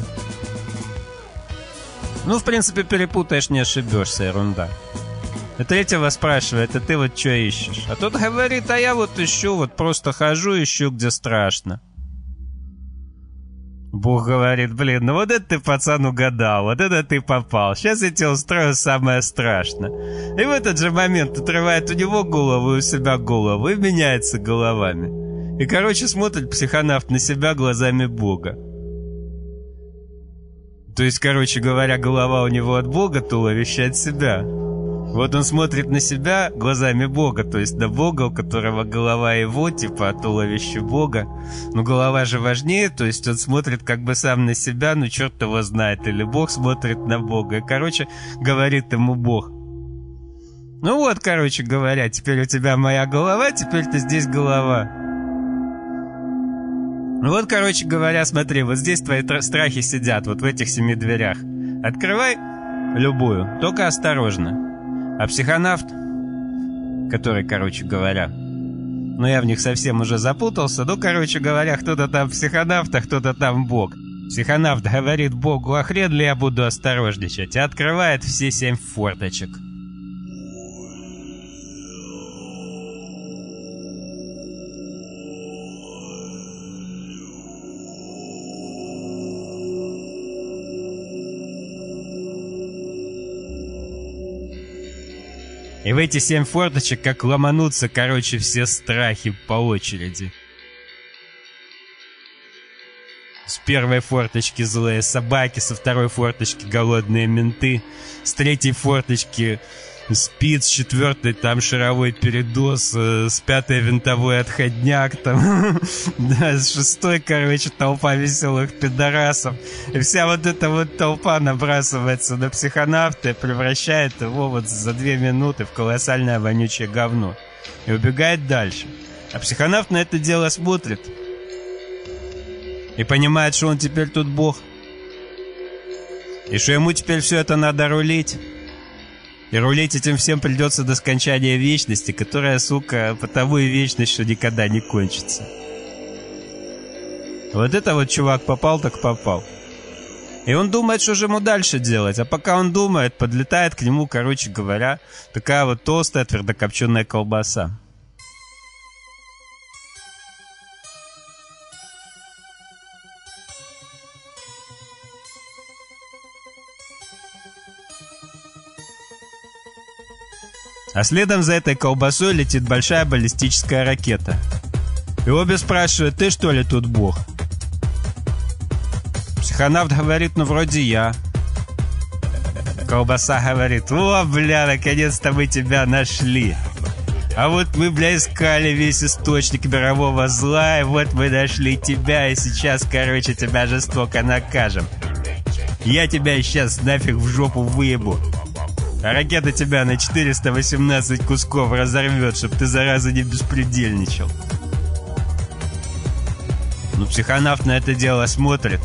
Ну, в принципе, перепутаешь, не ошибешься, ерунда. И третьего спрашивает, а ты вот что ищешь? А тот говорит, а я вот ищу, вот просто хожу, ищу, где страшно. Бог говорит, блин, ну вот это ты, пацан, угадал, вот это ты попал. Сейчас я тебе устрою самое страшное. И в этот же момент отрывает у него голову и у себя голову, и меняется головами. И, короче, смотрит психонавт на себя глазами Бога. То есть, короче говоря, голова у него от Бога, туловище от себя. Вот он смотрит на себя глазами Бога, то есть на Бога, у которого голова его, типа, а туловище Бога. Но голова же важнее, то есть он смотрит как бы сам на себя, ну черт его знает, или Бог смотрит на Бога. И, короче, говорит ему Бог. Ну вот, короче говоря, теперь у тебя моя голова, теперь ты здесь голова. Ну вот, короче говоря, смотри, вот здесь твои страхи сидят, вот в этих 7 дверях. Открывай любую, только осторожно. А психонавт, который, короче говоря, ну я в них совсем уже запутался, ну, короче говоря, кто-то там психонавт, а кто-то там Бог. Психонавт говорит Богу, а хрен ли я буду осторожничать, и открывает все 7 форточек. И в эти 7 форточек как ломанутся, короче, все страхи по очереди. С первой форточки злые собаки, со второй форточки голодные менты, с третьей форточки спид, с четвертой там шаровой передоз, с пятой винтовой отходняк, там, да, с шестой, короче, толпа веселых пидорасов. И вся вот эта вот толпа набрасывается на психонавта и превращает его вот за 2 минуты в колоссальное вонючее говно. И убегает дальше. А психонавт на это дело смотрит и понимает, что он теперь тут бог. И что ему теперь все это надо рулить. И рулить этим всем придется до скончания вечности, которая, сука, потому и вечность, что никогда не кончится. Вот это вот чувак попал так попал. И он думает, что же ему дальше делать. А пока он думает, подлетает к нему, короче говоря, такая вот толстая твердокопченая колбаса. А следом за этой колбасой летит большая баллистическая ракета. И обе спрашивают, ты что ли тут бог? Психонавт говорит, ну вроде я. Колбаса говорит, о, бля, наконец-то мы тебя нашли. А вот мы, бля, искали весь источник мирового зла, и вот мы нашли тебя, и сейчас, короче, тебя жестоко накажем. Я тебя сейчас нафиг в жопу выебу. А ракета тебя на 418 кусков разорвет, чтоб ты, зараза, не беспредельничал. Ну, психонавт на это дело смотрит.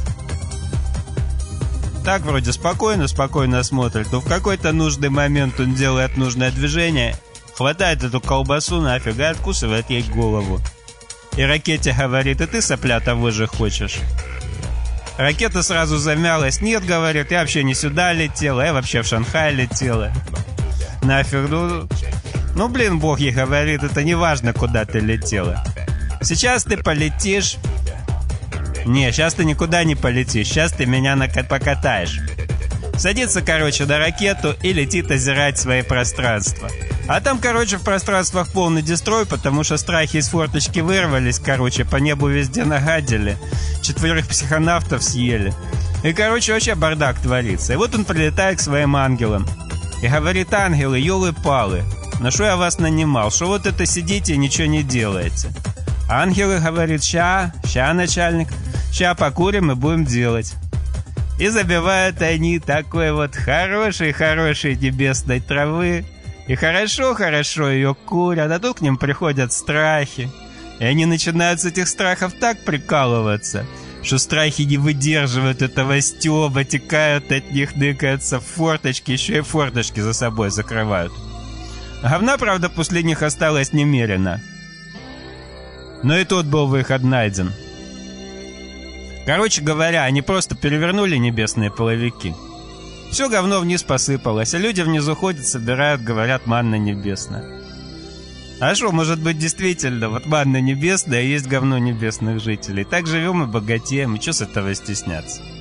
Так вроде спокойно смотрит, но в какой-то нужный момент он делает нужное движение, хватает эту колбасу нафиг и откусывает ей голову. И ракете говорит, и ты, сопля, того же хочешь? Ракета сразу замялась. Нет, говорит, я вообще не сюда летела, я вообще в Шанхай летела. Нафиг, ну блин, бог ей говорит, это не важно, куда ты летела. Сейчас ты полетишь. Не, сейчас ты никуда не полетишь, сейчас ты меня покатаешь. Садится, короче, на ракету и летит озирать свои пространства. А там, короче, в пространствах полный дестрой, потому что страхи из форточки вырвались, короче, по небу везде нагадили. 4 психонавтов съели. И, короче, вообще бардак творится. И вот он прилетает к своим ангелам. И говорит, ангелы, ёлы-палы, на что я вас нанимал? Что вот это сидите и ничего не делаете? Ангелы говорит, ща, начальник. Ща покурим и будем делать. И забивают они такой вот хорошей небесной травы. И хорошо ее курят, а тут к ним приходят страхи. И они начинают с этих страхов так прикалываться, что страхи не выдерживают этого стёба, текают от них, ныкаются в форточки, еще и форточки за собой закрывают. Говна, правда, после них осталось немерено. Но и тот был выход найден. Короче говоря, они просто перевернули небесные половики. Все говно вниз посыпалось, а люди внизу ходят, собирают, говорят, манна небесная. А что, может быть, действительно, вот манна небесная, есть говно небесных жителей. Так живем и богатеем, и что с этого стесняться?